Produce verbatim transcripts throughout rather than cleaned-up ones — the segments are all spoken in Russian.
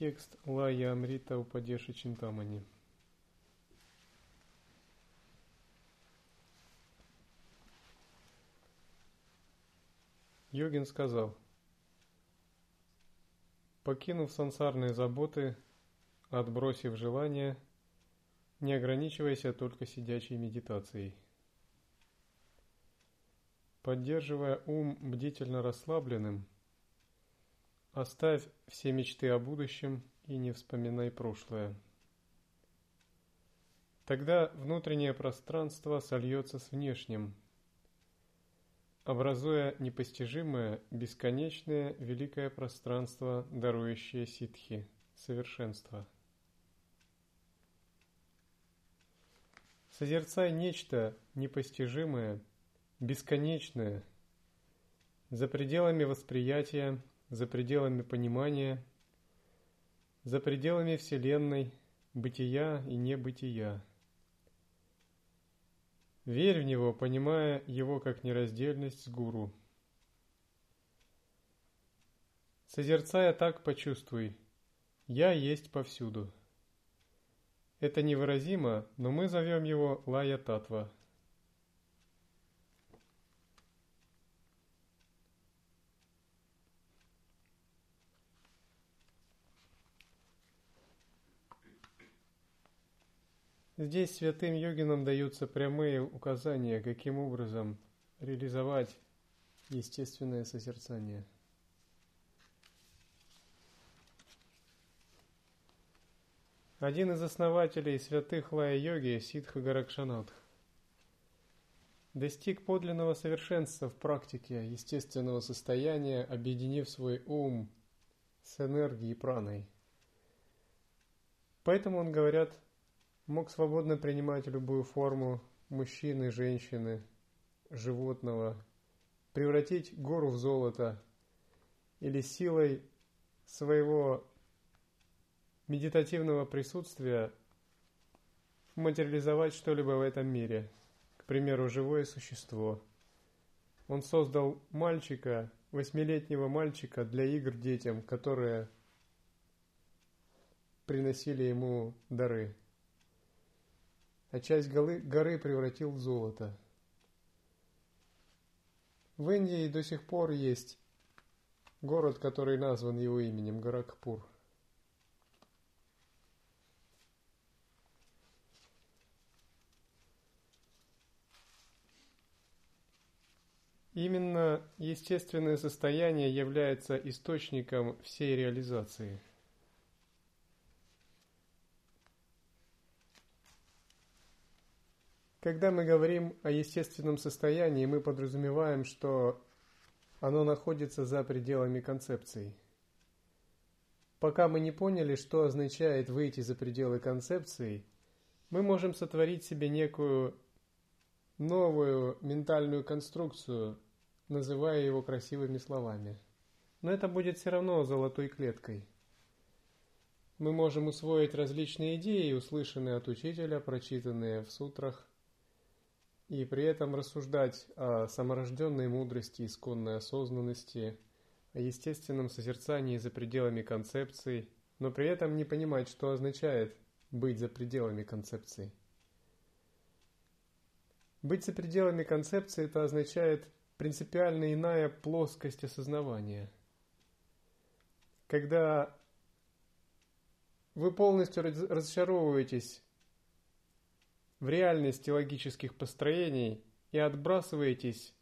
Текст Лая Амрита Упадеши Чинтамани. Йогин сказал: покинув сансарные заботы, отбросив желания, не ограничивайся только сидячей медитацией. Поддерживая ум бдительно расслабленным, оставь все мечты о будущем и не вспоминай прошлое. Тогда внутреннее пространство сольется с внешним, образуя непостижимое, бесконечное, великое пространство, дарующее ситхи, совершенство. Созерцай нечто непостижимое, бесконечное, за пределами восприятия, за пределами понимания, за пределами Вселенной, бытия и небытия. Верь в него, понимая его как нераздельность с гуру. Созерцая так, почувствуй: «Я есть повсюду». Это невыразимо, но мы зовем его Лая-татва. Здесь святым йогинам даются прямые указания, каким образом реализовать естественное созерцание. Один из основателей святых лая-йоги, Сиддха Горакшанатх, достиг подлинного совершенства в практике естественного состояния, объединив свой ум с энергией праной. Поэтому, он, говорят, мог свободно принимать любую форму мужчины, женщины, животного, превратить гору в золото или силой своего медитативного присутствия материализовать что-либо в этом мире. К примеру, живое существо. Он создал мальчика, восьмилетнего мальчика для игр детям, которые приносили ему дары. А часть горы превратил в золото. В Индии до сих пор есть город, который назван его именем, Горакхпур. Именно естественное состояние является источником всей реализации. Когда мы говорим о естественном состоянии, мы подразумеваем, что оно находится за пределами концепций. Пока мы не поняли, что означает выйти за пределы концепций, мы можем сотворить себе некую новую ментальную конструкцию, называя его красивыми словами. Но это будет все равно золотой клеткой. Мы можем усвоить различные идеи, услышанные от учителя, прочитанные в сутрах, и при этом рассуждать о саморожденной мудрости, исконной осознанности, о естественном созерцании за пределами концепций, но при этом не понимать, что означает быть за пределами концепций. Быть за пределами концепции – это означает принципиально иная плоскость осознавания. Когда вы полностью разочаровываетесь в реальности логических построений и отбрасываетесь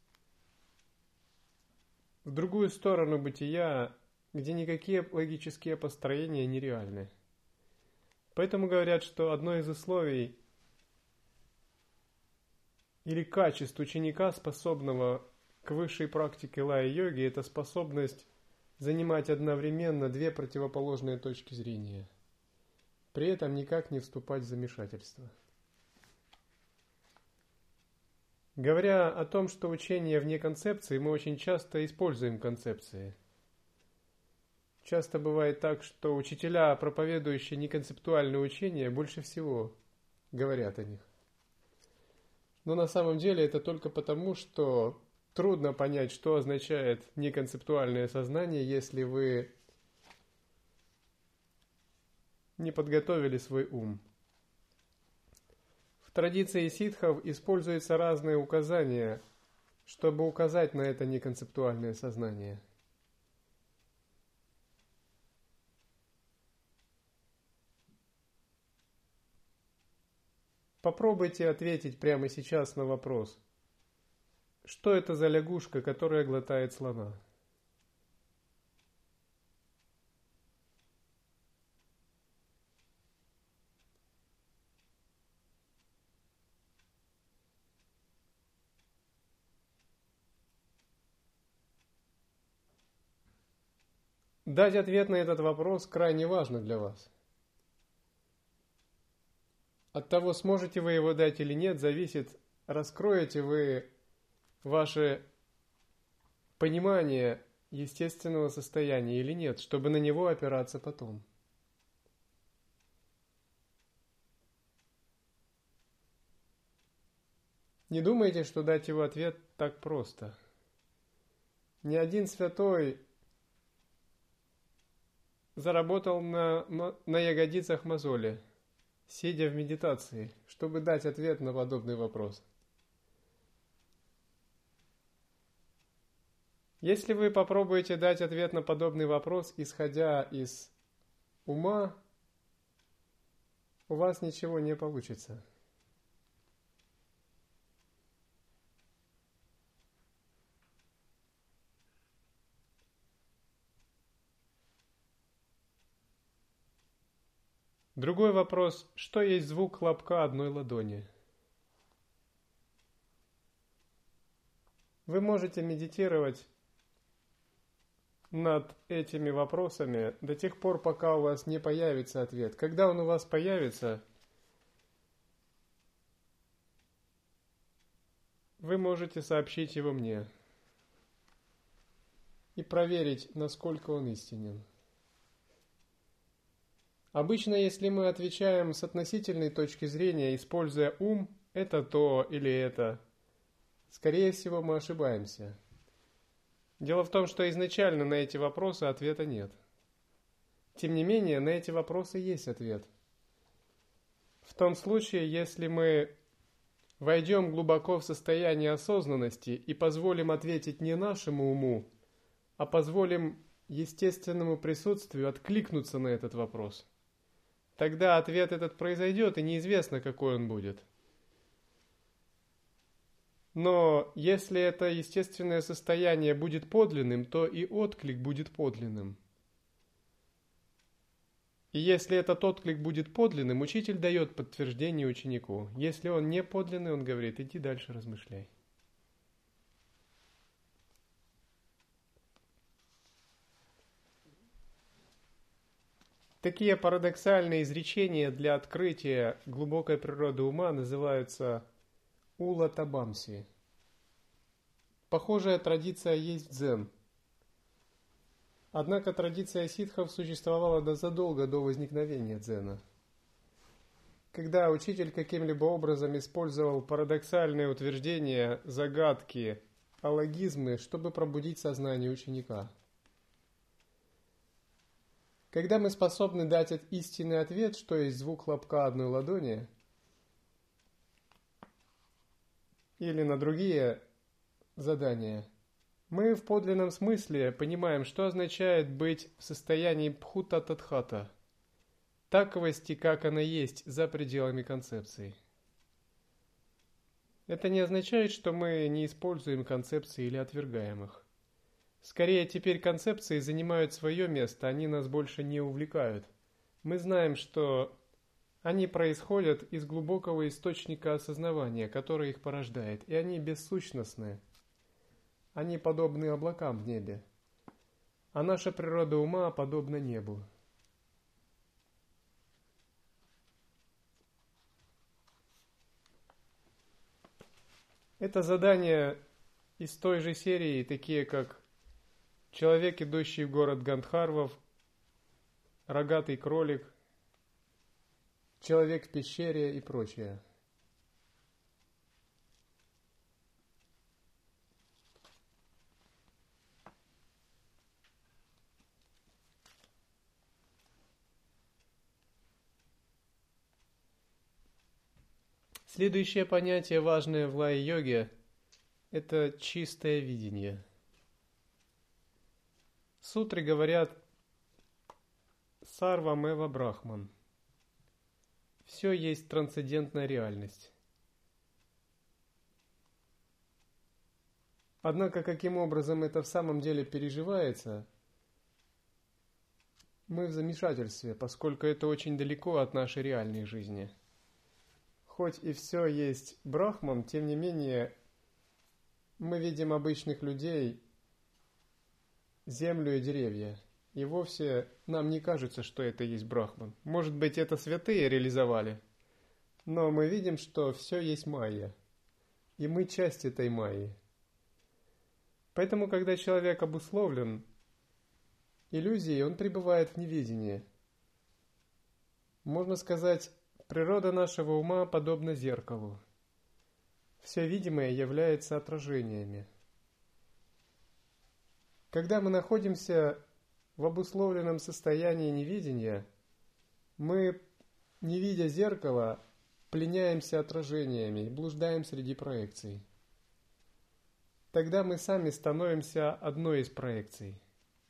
в другую сторону бытия, где никакие логические построения нереальны. Поэтому говорят, что одно из условий или качеств ученика, способного к высшей практике лая-йоги, это способность занимать одновременно две противоположные точки зрения, при этом никак не вступать в замешательство. Говоря о том, что учение вне концепции, мы очень часто используем концепции. Часто бывает так, что учителя, проповедующие неконцептуальное учение, больше всего говорят о них. Но на самом деле это только потому, что трудно понять, что означает неконцептуальное сознание, если вы не подготовили свой ум. В традиции ситхов используются разные указания, чтобы указать на это неконцептуальное сознание. Попробуйте ответить прямо сейчас на вопрос: что это за лягушка, которая глотает слона? Дать ответ на этот вопрос крайне важно для вас. От того, сможете вы его дать или нет, зависит, раскроете вы ваше понимание естественного состояния или нет, чтобы на него опираться потом. Не думайте, что дать его ответ так просто. Ни один святой заработал на, на ягодицах мозоли, сидя в медитации, чтобы дать ответ на подобный вопрос. Если вы попробуете дать ответ на подобный вопрос, исходя из ума, у вас ничего не получится. Другой вопрос: что есть звук хлопка одной ладони? Вы можете медитировать над этими вопросами до тех пор, пока у вас не появится ответ. Когда он у вас появится, вы можете сообщить его мне и проверить, насколько он истинен. Обычно, если мы отвечаем с относительной точки зрения, используя ум, это то или это, скорее всего, мы ошибаемся. Дело в том, что изначально на эти вопросы ответа нет. Тем не менее, на эти вопросы есть ответ. В том случае, если мы войдем глубоко в состояние осознанности и позволим ответить не нашему уму, а позволим естественному присутствию откликнуться на этот вопрос, тогда ответ этот произойдет, и неизвестно, какой он будет. Но если это естественное состояние будет подлинным, то и отклик будет подлинным. И если этот отклик будет подлинным, учитель дает подтверждение ученику. Если он не подлинный, он говорит: иди дальше размышляй. Такие парадоксальные изречения для открытия глубокой природы ума называются ула табамси. Похожая традиция есть в дзен. Однако традиция ситхов существовала задолго до возникновения дзена. Когда учитель каким-либо образом использовал парадоксальные утверждения, загадки, алогизмы, чтобы пробудить сознание ученика. Когда мы способны дать истинный ответ, что есть звук хлопка одной ладони, или на другие задания, мы в подлинном смысле понимаем, что означает быть в состоянии пхута-татхата, таковости, как она есть, за пределами концепции. Это не означает, что мы не используем концепции или отвергаем их. Скорее, теперь концепции занимают свое место, они нас больше не увлекают. Мы знаем, что они происходят из глубокого источника осознавания, который их порождает, и они бессущностны. Они подобны облакам в небе, а наша природа ума подобна небу. Это задания из той же серии, такие как человек, идущий в город Гандхарвов, рогатый кролик, человек в пещере и прочее. Следующее понятие, важное в лай-йоге, это чистое видение. Сутры говорят «Сарвам эва брахман». Все есть трансцендентная реальность. Однако, каким образом это в самом деле переживается, мы в замешательстве, поскольку это очень далеко от нашей реальной жизни. Хоть и все есть брахман, тем не менее, мы видим обычных людей, землю и деревья. И вовсе нам не кажется, что это есть брахман. Может быть, это святые реализовали, но мы видим, что все есть майя, и мы часть этой майи. Поэтому, когда человек обусловлен иллюзией, он пребывает в неведении. Можно сказать, природа нашего ума подобна зеркалу. Все видимое является отражениями. Когда мы находимся в обусловленном состоянии неведения, мы, не видя зеркала, пленяемся отражениями и блуждаем среди проекций. Тогда мы сами становимся одной из проекций.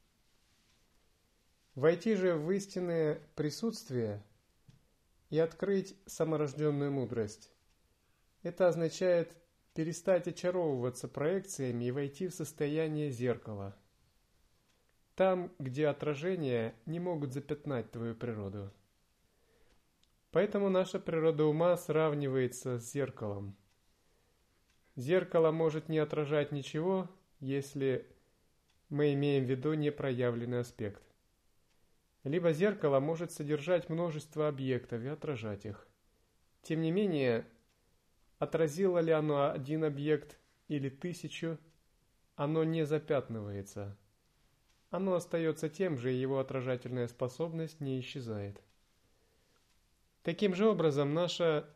Войти же в истинное присутствие и открыть саморожденную мудрость – это означает перестать очаровываться проекциями и войти в состояние зеркала. Там, где отражения не могут запятнать твою природу. Поэтому наша природа ума сравнивается с зеркалом. Зеркало может не отражать ничего, если мы имеем в виду непроявленный аспект. Либо зеркало может содержать множество объектов и отражать их. Тем не менее, отразило ли оно один объект или тысячу, оно не запятнывается. Оно остается тем же, и его отражательная способность не исчезает. Таким же образом, наша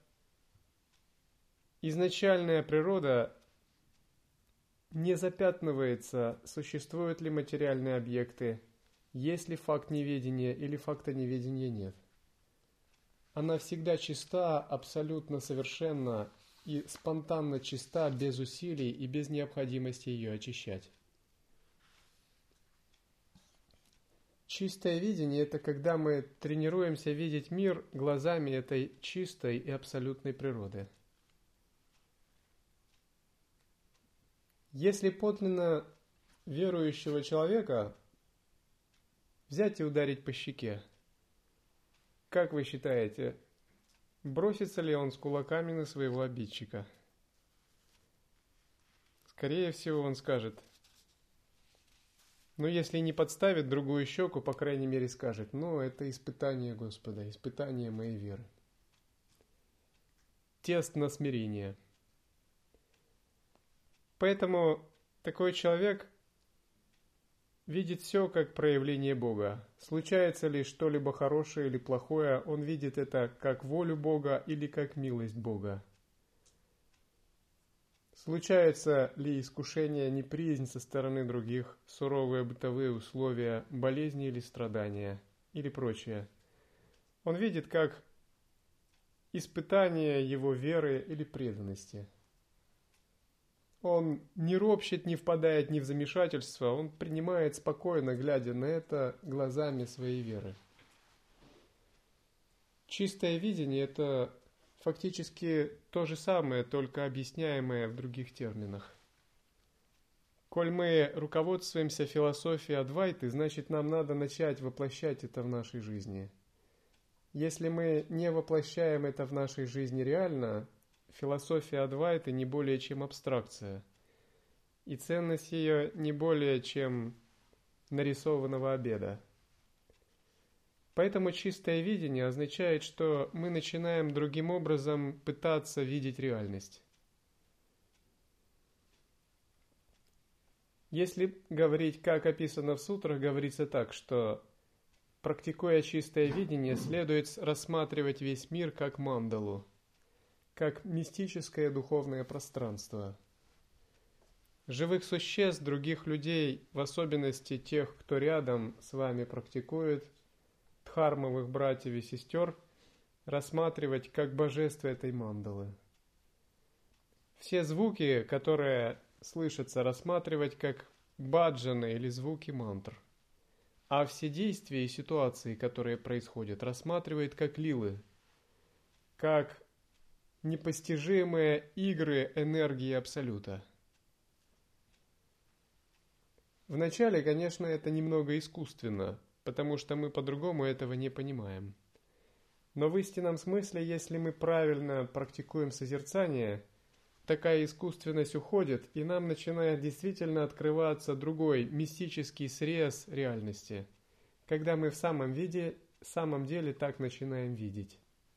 изначальная природа не запятнывается, существуют ли материальные объекты, есть ли факт неведения или факта неведения нет. Она всегда чиста, абсолютно совершенна и спонтанно чиста, без усилий и без необходимости ее очищать. Чистое видение – это когда мы тренируемся видеть мир глазами этой чистой и абсолютной природы. Если подлинно верующего человека взять и ударить по щеке, как вы считаете, бросится ли он с кулаками на своего обидчика? Скорее всего, он скажет: ну, если не подставит другую щеку, по крайней мере скажет: ну, это испытание Господа, испытание моей веры. Тест на смирение. Поэтому такой человек видит все как проявление Бога. Случается ли что-либо хорошее или плохое, он видит это как волю Бога или как милость Бога. Случается ли искушение, неприязнь со стороны других, суровые бытовые условия, болезни или страдания, или прочее. Он видит как испытание его веры или преданности. Он не ропщет, не впадает ни в замешательство, он принимает спокойно, глядя на это глазами своей веры. Чистое видение – это фактически то же самое, только объясняемое в других терминах. Коль мы руководствуемся философией Адвайты, значит, нам надо начать воплощать это в нашей жизни. Если мы не воплощаем это в нашей жизни реально, философия Адвайты не более чем абстракция, и ценность ее не более чем нарисованного обеда. Поэтому чистое видение означает, что мы начинаем другим образом пытаться видеть реальность. Если говорить, как описано в сутрах, говорится так, что, практикуя чистое видение, следует рассматривать весь мир как мандалу, как мистическое духовное пространство. Живых существ, других людей, в особенности тех, кто рядом с вами практикует, дхармовых братьев и сестер, рассматривать как божество этой мандалы. все звуки, которые слышатся, рассматривать как баджаны или звуки мантр. А все действия и ситуации, которые происходят, рассматривает как лилы, как непостижимые игры энергии Абсолюта. Вначале, конечно, это немного искусственно, потому что мы по-другому этого не понимаем. Но в истинном смысле, если мы правильно практикуем созерцание, такая искусственность уходит, и нам начинает действительно открываться другой мистический срез реальности, когда мы в самом виде, в самом деле так начинаем видеть.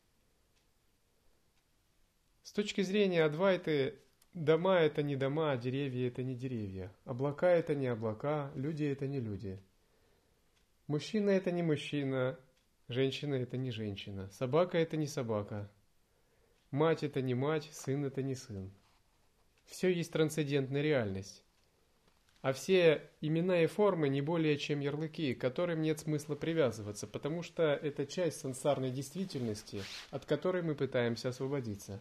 С точки зрения Адвайты, дома – это не дома, деревья – это не деревья, облака – это не облака, люди – это не люди. Мужчина – это не мужчина, женщина – это не женщина, собака – это не собака, мать – это не мать, сын – это не сын. Все есть трансцендентная реальность. А все имена и формы не более чем ярлыки, к которым нет смысла привязываться, потому что это часть сансарной действительности, от которой мы пытаемся освободиться.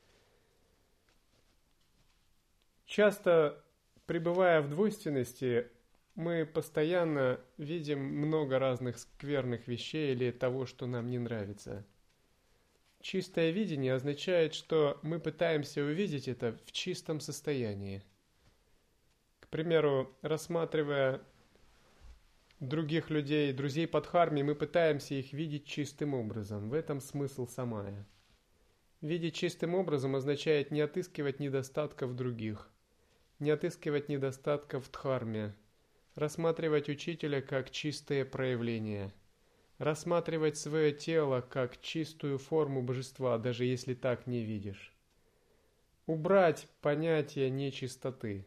Часто, пребывая в двойственности, мы постоянно видим много разных скверных вещей или того, что нам не нравится. Чистое видение означает, что мы пытаемся увидеть это в чистом состоянии. К примеру, рассматривая других людей, друзей под дхармой, мы пытаемся их видеть чистым образом. В этом смысл самая. Видеть чистым образом означает не отыскивать недостатков других, не отыскивать недостатков в дхарме, рассматривать учителя как чистое проявление, рассматривать свое тело как чистую форму божества, даже если так не видишь. Убрать понятие нечистоты.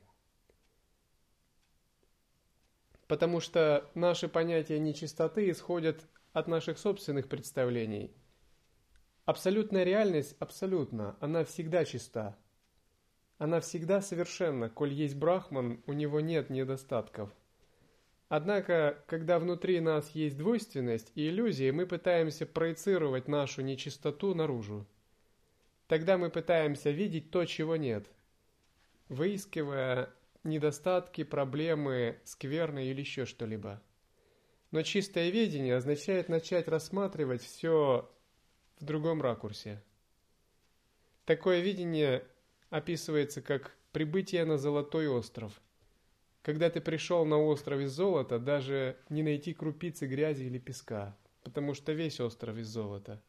Потому что наши понятия нечистоты исходят от наших собственных представлений. Абсолютная реальность абсолютна, она всегда чиста. Она всегда совершенна, коль есть Брахман, у него нет недостатков. Однако, когда внутри нас есть двойственность и иллюзии, мы пытаемся проецировать нашу нечистоту наружу. Тогда мы пытаемся видеть то, чего нет, выискивая недостатки, проблемы, скверны или еще что-либо. Но чистое видение означает начать рассматривать все в другом ракурсе. Такое видение описывается как прибытие на Золотой остров. Когда ты пришел на остров из золота, даже не найти крупицы грязи или песка, потому что весь остров из золота.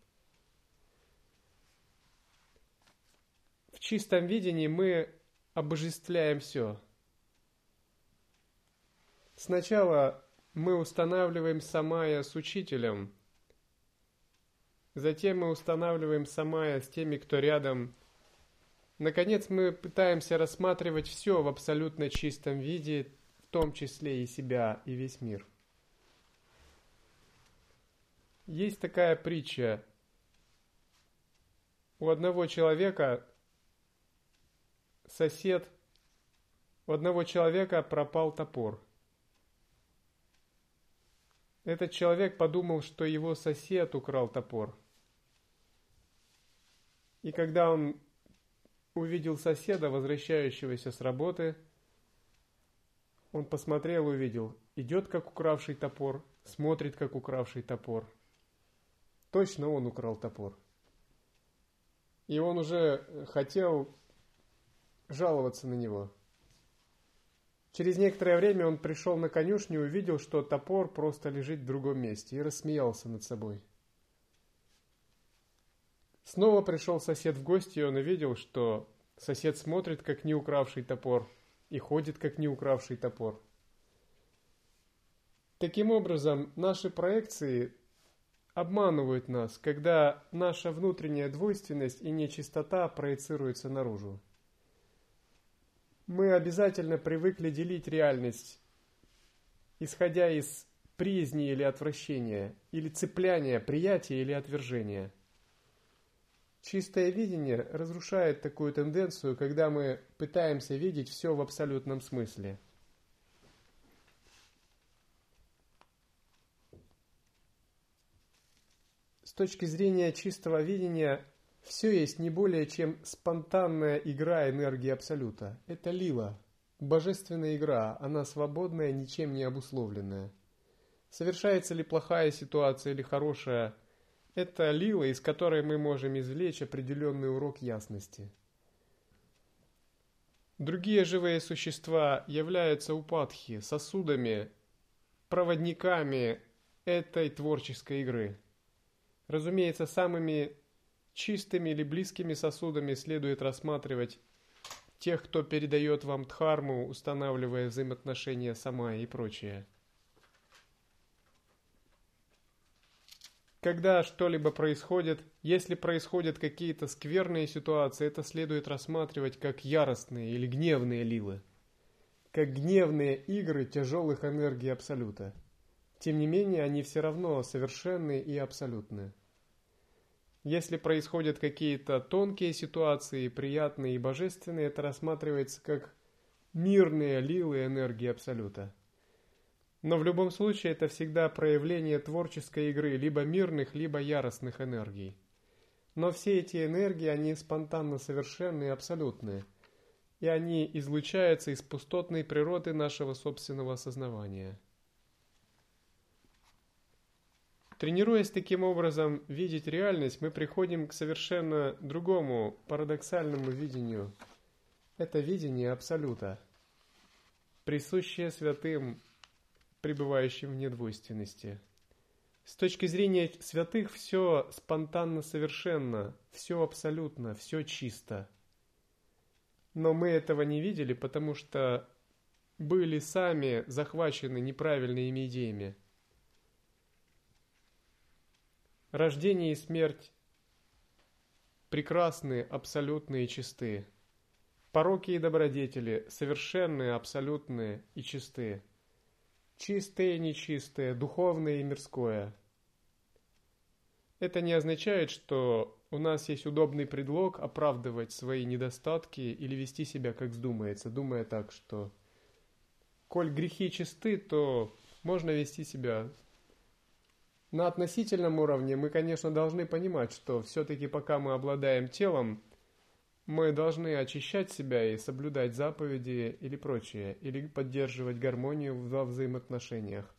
В чистом видении мы обожествляем все. Сначала мы устанавливаем самая с учителем, затем мы устанавливаем самая с теми, кто рядом. Наконец мы пытаемся рассматривать все в абсолютно чистом виде, в том числе и себя, и весь мир. Есть такая притча. У одного человека сосед, у одного человека пропал топор. Этот человек подумал, что его сосед украл топор. И когда он увидел соседа, возвращающегося с работы, он посмотрел и увидел, идет как укравший топор, смотрит как укравший топор. Точно он украл топор. И он уже хотел жаловаться на него. Через некоторое время он пришел на конюшню и увидел, что топор просто лежит в другом месте, и рассмеялся над собой. Снова пришел сосед в гости, и он увидел, что сосед смотрит, как не укравший топор, и ходит, как не укравший топор. Таким образом, наши проекции обманывают нас, когда наша внутренняя двойственность и нечистота проецируются наружу. Мы обязательно привыкли делить реальность, исходя из приязни или отвращения, или цепляния, приятия или отвержения. Чистое видение разрушает такую тенденцию, когда мы пытаемся видеть все в абсолютном смысле. С точки зрения чистого видения, Все есть не более чем спонтанная игра энергии Абсолюта. Это лила, божественная игра, она свободная, ничем не обусловленная. Совершается ли плохая ситуация или хорошая, это лила, из которой мы можем извлечь определенный урок ясности. Другие живые существа являются упадхи, сосудами, проводниками этой творческой игры. Разумеется, самыми чистыми или близкими сосудами следует рассматривать тех, кто передает вам дхарму, устанавливая взаимоотношения сама и прочее. Когда что-либо происходит, если происходят какие-то скверные ситуации, это следует рассматривать как яростные или гневные лилы, как гневные игры тяжелых энергий Абсолюта. Тем не менее, они все равно совершенны и абсолютны. Если происходят какие-то тонкие ситуации, приятные и божественные, это рассматривается как мирные лилы энергии Абсолюта. Но в любом случае это всегда проявление творческой игры, либо мирных, либо яростных энергий. Но все эти энергии, они спонтанно совершенны и абсолютны, и они излучаются из пустотной природы нашего собственного осознавания. Тренируясь таким образом видеть реальность, мы приходим к совершенно другому, парадоксальному видению. Это видение Абсолюта, присущее святым, пребывающим в недвойственности. С точки зрения святых все спонтанно совершенно, все абсолютно, все чисто. Но мы этого не видели, потому что были сами захвачены неправильными идеями. Рождение и смерть прекрасны, абсолютны и чисты. Пороки и добродетели совершенные, абсолютные и чисты. Чистое и нечистое, духовное и мирское. Это не означает, что у нас есть удобный предлог оправдывать свои недостатки или вести себя как вздумается, думая так, что коль грехи чисты, то можно вести себя. На относительном уровне мы, конечно, должны понимать, что все-таки пока мы обладаем телом, мы должны очищать себя и соблюдать заповеди или прочее, или поддерживать гармонию во взаимоотношениях.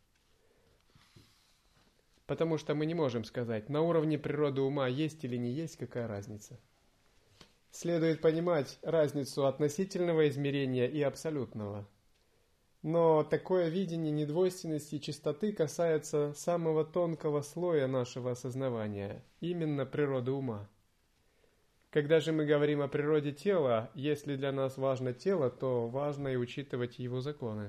Потому что мы не можем сказать, на уровне природы ума есть или не есть, какая разница. Следует понимать разницу относительного измерения и абсолютного. Но такое видение недвойственности и чистоты касается самого тонкого слоя нашего осознавания, именно природы ума. Когда же мы говорим о природе тела, если для нас важно тело, то важно и учитывать его законы.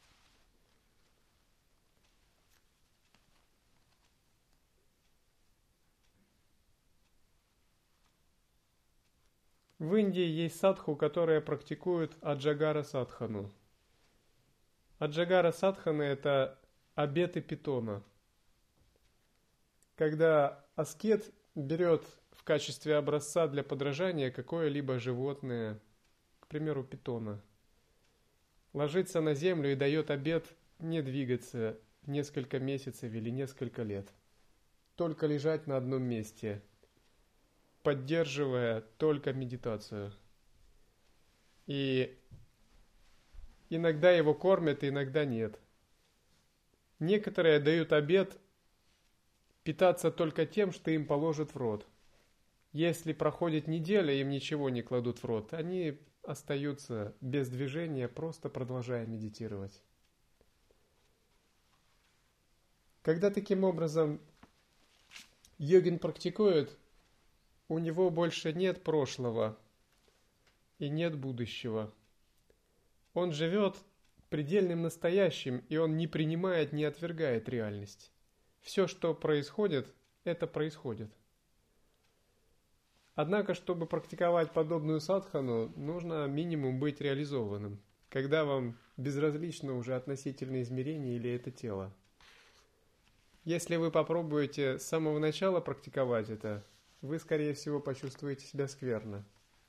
В Индии есть садху, которые практикуют аджагара садхану. Аджагара садхана – это обеты питона. Когда аскет берет в качестве образца для подражания какое-либо животное, к примеру, питона, ложится на землю и дает обет не двигаться несколько месяцев или несколько лет, только лежать на одном месте, поддерживая только медитацию. И иногда его кормят, иногда нет. Некоторые дают обет питаться только тем, что им положат в рот. Если проходит неделя, им ничего не кладут в рот, они остаются без движения, просто продолжая медитировать. Когда таким образом йогин практикует, у него больше нет прошлого и нет будущего. Он живет предельным настоящим, и он не принимает, не отвергает реальность. Все, что происходит, это происходит. Однако, чтобы практиковать подобную садхану, нужно минимум быть реализованным, когда вам безразлично уже относительное измерение или это тело. Если вы попробуете с самого начала практиковать это, вы, скорее всего, почувствуете себя скверно.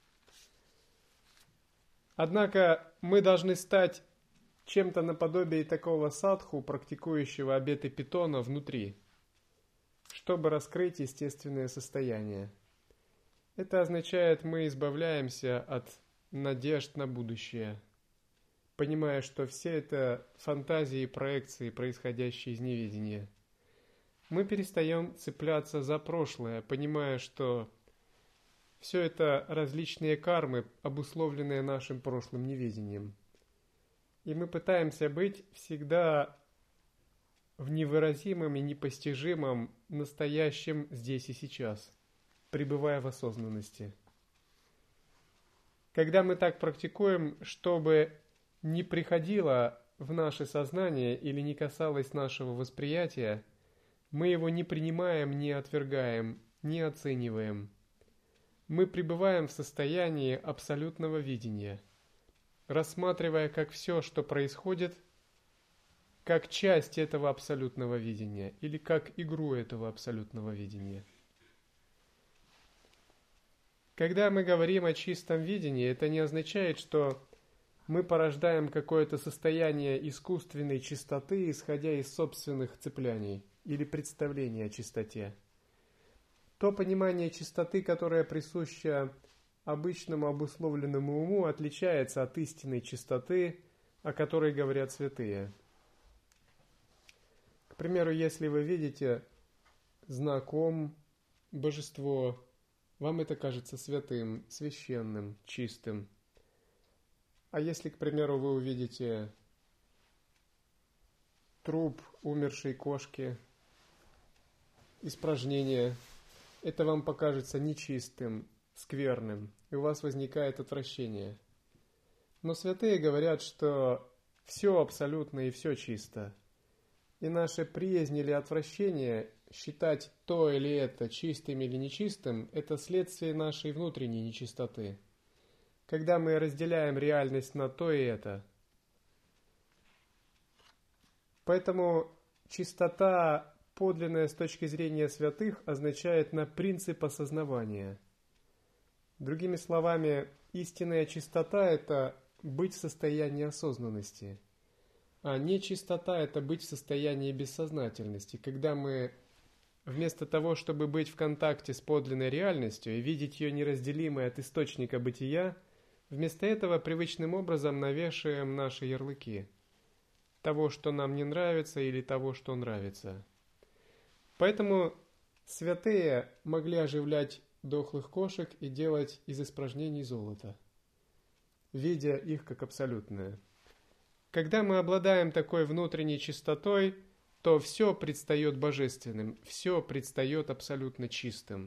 Однако мы должны стать чем-то наподобие такого садху, практикующего обеты питона внутри, чтобы раскрыть естественное состояние. Это означает, мы избавляемся от надежд на будущее, понимая, что все это фантазии и проекции, происходящие из неведения. Мы перестаем цепляться за прошлое, понимая, что все это различные кармы, обусловленные нашим прошлым неведением. И мы пытаемся быть всегда в невыразимом и непостижимом настоящем здесь и сейчас, пребывая в осознанности. Когда мы так практикуем, чтобы не приходило в наше сознание или не касалось нашего восприятия, мы его не принимаем, не отвергаем, не оцениваем. Мы пребываем в состоянии абсолютного видения, рассматривая как все, что происходит, как часть этого абсолютного видения или как игру этого абсолютного видения. Когда мы говорим о чистом видении, это не означает, что мы порождаем какое-то состояние искусственной чистоты, исходя из собственных цепляний или представлений о чистоте. То понимание чистоты, которое присуще обычному обусловленному уму, отличается от истинной чистоты, о которой говорят святые. К примеру, если вы видите знак Ом, божество, вам это кажется святым, священным, чистым. А если, к примеру, вы увидите труп умершей кошки, испражнение, это вам покажется нечистым, скверным, и у вас возникает отвращение. Но святые говорят, что все абсолютно и все чисто. И наше приязнь или отвращение, считать то или это чистым или нечистым, это следствие нашей внутренней нечистоты. Когда мы разделяем реальность на то и это. Поэтому чистота, подлинная с точки зрения святых, означает на принцип осознавания. Другими словами, истинная чистота – это быть в состоянии осознанности. А нечистота – это быть в состоянии бессознательности, когда мы вместо того, чтобы быть в контакте с подлинной реальностью и видеть ее неразделимой от источника бытия, вместо этого привычным образом навешиваем наши ярлыки того, что нам не нравится, или того, что нравится. Поэтому святые могли оживлять дохлых кошек и делать из испражнений золото, видя их как абсолютное. Когда мы обладаем такой внутренней чистотой, то все предстает божественным, все предстает абсолютно чистым.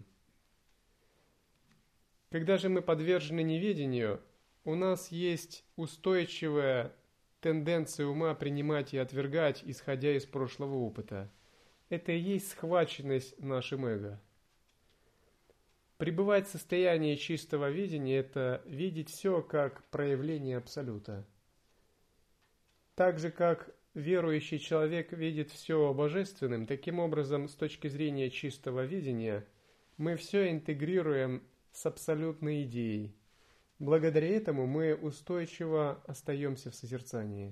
Когда же мы подвержены неведению, у нас есть устойчивая тенденция ума принимать и отвергать, исходя из прошлого опыта. Это и есть схваченность нашим эго. Пребывать в состоянии чистого видения – это видеть все как проявление Абсолюта. Так же, как верующий человек видит все божественным, таким образом, с точки зрения чистого видения, мы все интегрируем с абсолютной идеей. Благодаря этому мы устойчиво остаемся в созерцании.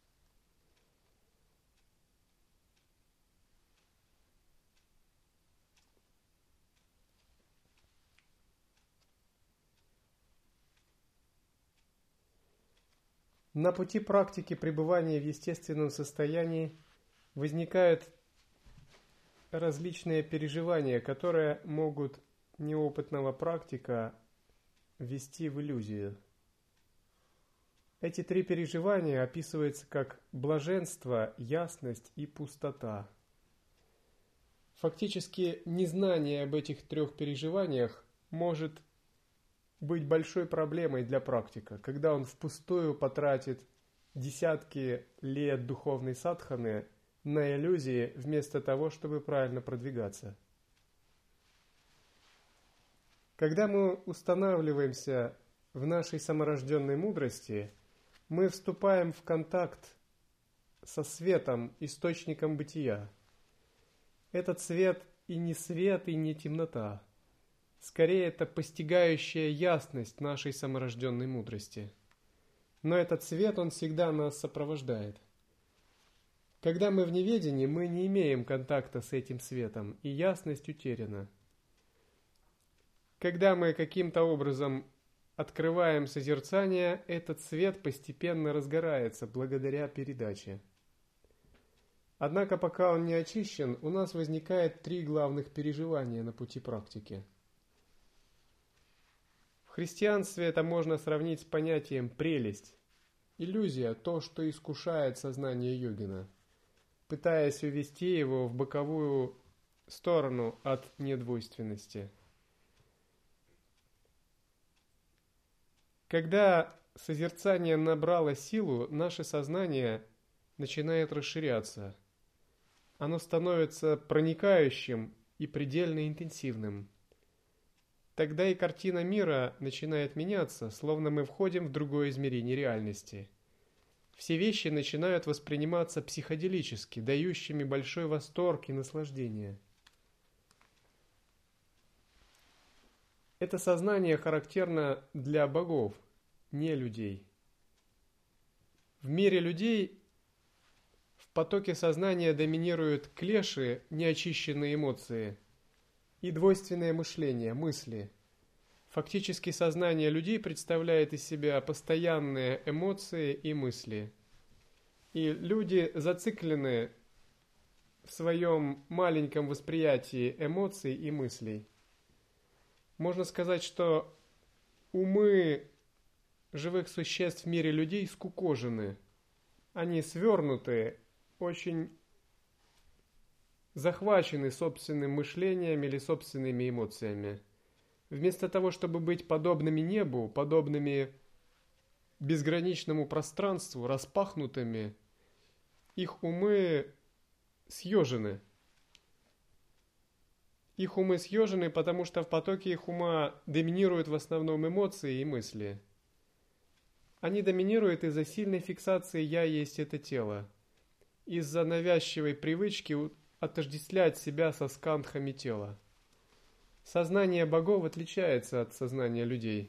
На пути практики пребывания в естественном состоянии возникают различные переживания, которые могут неопытного практика ввести в иллюзию. Эти три переживания описываются как блаженство, ясность и пустота. Фактически, незнание об этих трех переживаниях может быть большой проблемой для практика, когда он впустую потратит десятки лет духовной садханы на иллюзии, вместо того, чтобы правильно продвигаться. Когда мы устанавливаемся в нашей саморожденной мудрости, мы вступаем в контакт со светом, источником бытия. Этот свет и не свет, и не темнота. Скорее, это постигающая ясность нашей саморожденной мудрости. Но этот свет, он всегда нас сопровождает. Когда мы в неведении, мы не имеем контакта с этим светом, и ясность утеряна. Когда мы каким-то образом открываем созерцание, этот свет постепенно разгорается благодаря передаче. Однако, пока он не очищен, у нас возникает три главных переживания на пути практики. В христианстве это можно сравнить с понятием «прелесть». Иллюзия – то, что искушает сознание йогина, пытаясь увести его в боковую сторону от недвойственности. Когда созерцание набрало силу, наше сознание начинает расширяться. Оно становится проникающим и предельно интенсивным. Тогда и картина мира начинает меняться, словно мы входим в другое измерение реальности. Все вещи начинают восприниматься психоделически, дающими большой восторг и наслаждение. Это сознание характерно для богов, не людей. В мире людей в потоке сознания доминируют клеши, неочищенные эмоции, и двойственное мышление, мысли. Фактически сознание людей представляет из себя постоянные эмоции и мысли. И люди зациклены в своем маленьком восприятии эмоций и мыслей. Можно сказать, что умы живых существ в мире людей скукожены. Они свернуты, очень захвачены собственным мышлением или собственными эмоциями. Вместо того, чтобы быть подобными небу, подобными безграничному пространству, распахнутыми, их умы съежены. Их умы съежены, потому что в потоке их ума доминируют в основном эмоции и мысли. Они доминируют из-за сильной фиксации «я есть это тело», из-за навязчивой привычки отождествлять себя со скандхами тела. Сознание богов отличается от сознания людей.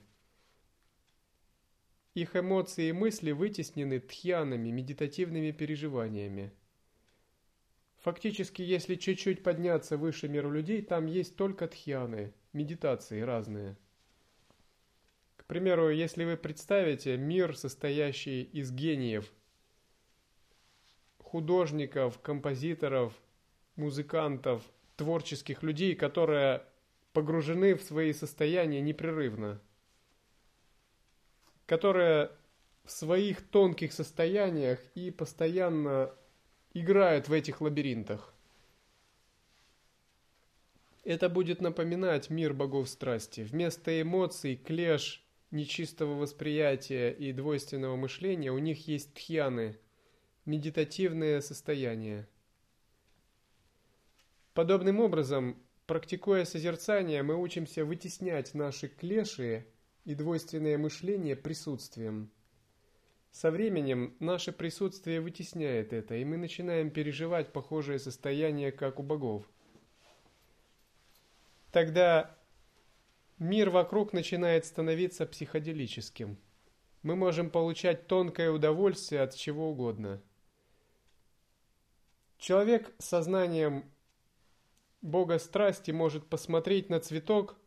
Их эмоции и мысли вытеснены тхьянами, медитативными переживаниями. Фактически, если чуть-чуть подняться выше мира людей, там есть только тхьяны, медитации разные. К примеру, если вы представите мир, состоящий из гениев, художников, композиторов, музыкантов, творческих людей, которые погружены в свои состояния непрерывно, которые в своих тонких состояниях и постоянно играют в этих лабиринтах. Это будет напоминать мир богов страсти. Вместо эмоций, клеш, нечистого восприятия и двойственного мышления у них есть тхьяны, медитативное состояние. Подобным образом, практикуя созерцание, мы учимся вытеснять наши клеши и двойственное мышление присутствием. Со временем наше присутствие вытесняет это, и мы начинаем переживать похожее состояние, как у богов. Тогда мир вокруг начинает становиться психоделическим. Мы можем получать тонкое удовольствие от чего угодно. Человек с сознанием бога страсти может посмотреть на цветок,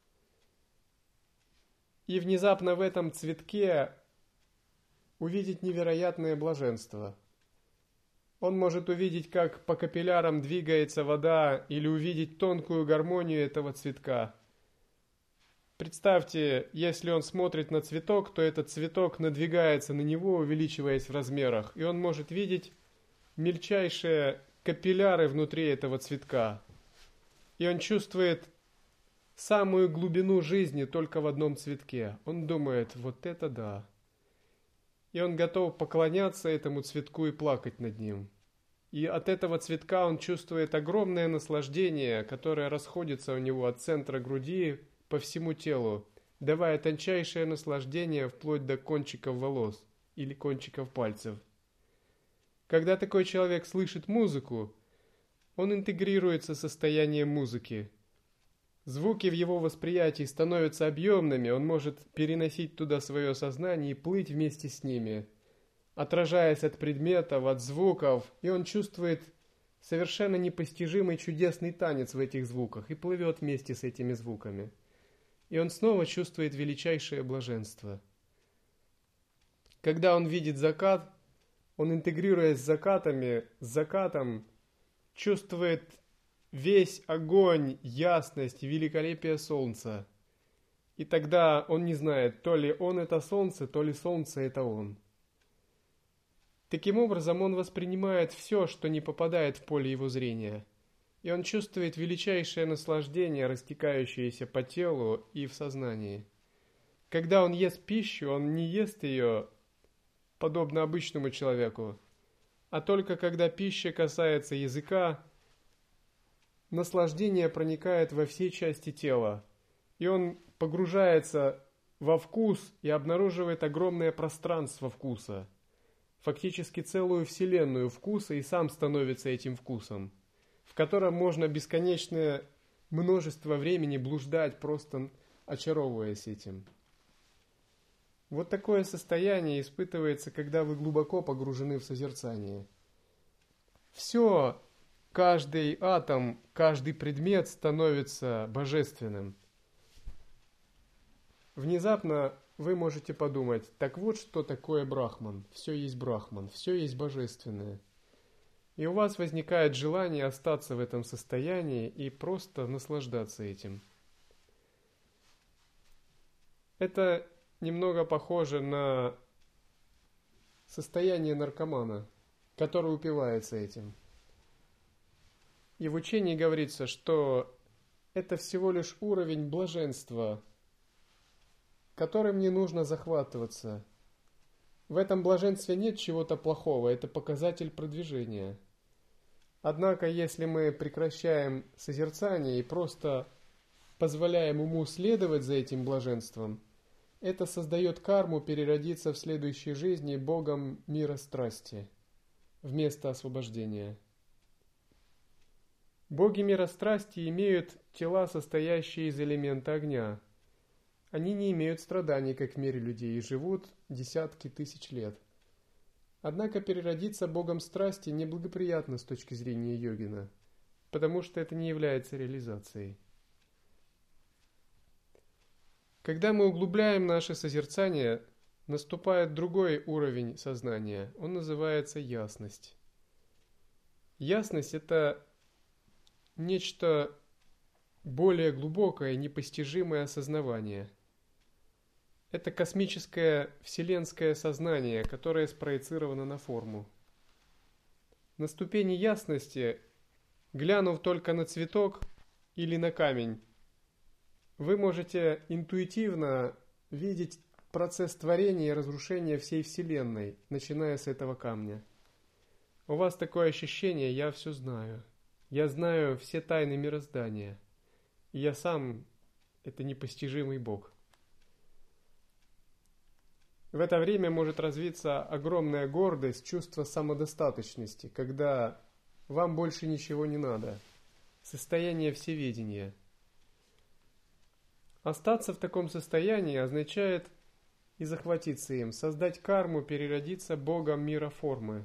и внезапно в этом цветке увидеть невероятное блаженство. Он может увидеть, как по капиллярам двигается вода, или увидеть тонкую гармонию этого цветка. Представьте, если он смотрит на цветок, то этот цветок надвигается на него, увеличиваясь в размерах, и он может видеть мельчайшие капилляры внутри этого цветка. И он чувствует самую глубину жизни только в одном цветке. Он думает: вот это да. И он готов поклоняться этому цветку и плакать над ним. И от этого цветка он чувствует огромное наслаждение, которое расходится у него от центра груди по всему телу, давая тончайшее наслаждение вплоть до кончиков волос или кончиков пальцев. Когда такой человек слышит музыку, он интегрируется с состоянием музыки. Звуки в его восприятии становятся объемными, он может переносить туда свое сознание и плыть вместе с ними, отражаясь от предметов, от звуков, и он чувствует совершенно непостижимый чудесный танец в этих звуках и плывет вместе с этими звуками. и он снова чувствует величайшее блаженство. Когда он видит закат, он, интегрируясь с закатами, с закатом, чувствует весь огонь, ясность и великолепие солнца. И тогда он не знает, то ли он это солнце, то ли солнце это он. Таким образом, он воспринимает все, что не попадает в поле его зрения. И он чувствует величайшее наслаждение, растекающееся по телу и в сознании. Когда он ест пищу, он не ест ее подобно обычному человеку, а только когда пища касается языка, наслаждение проникает во все части тела, и он погружается во вкус и обнаруживает огромное пространство вкуса, фактически целую вселенную вкуса, и сам становится этим вкусом, в котором можно бесконечное множество времени блуждать, просто очаровываясь этим. Вот такое состояние испытывается, когда вы глубоко погружены в созерцание. Все, каждый атом, каждый предмет становится божественным. Внезапно вы можете подумать, так вот что такое Брахман. Все есть Брахман, все есть божественное. И у вас возникает желание остаться в этом состоянии и просто наслаждаться этим. Это немного похоже на состояние наркомана, который упивается этим. И в учении говорится, что это всего лишь уровень блаженства, которым не нужно захватываться. В этом блаженстве нет чего-то плохого, это показатель продвижения. Однако, если мы прекращаем созерцание и просто позволяем уму следовать за этим блаженством, это создает карму переродиться в следующей жизни богом мира страсти вместо освобождения. Боги мира страсти имеют тела, состоящие из элемента огня. Они не имеют страданий, как в мире людей, и живут десятки тысяч лет. Однако переродиться богом страсти неблагоприятно с точки зрения йогина, потому что это не является реализацией. Когда мы углубляем наше созерцание, наступает другой уровень сознания. Он называется ясность. Ясность – это нечто более глубокое, непостижимое осознавание. Это космическое вселенское сознание, которое спроецировано на форму. На ступени ясности, глянув только на цветок или на камень, вы можете интуитивно видеть процесс творения и разрушения всей Вселенной, начиная с этого камня. У вас такое ощущение: я все знаю. Я знаю все тайны мироздания. И я сам – это непостижимый Бог. В это время может развиться огромная гордость, чувство самодостаточности, когда вам больше ничего не надо. Состояние всеведения. Остаться в таком состоянии означает и захватиться им, создать карму, переродиться богом мира формы.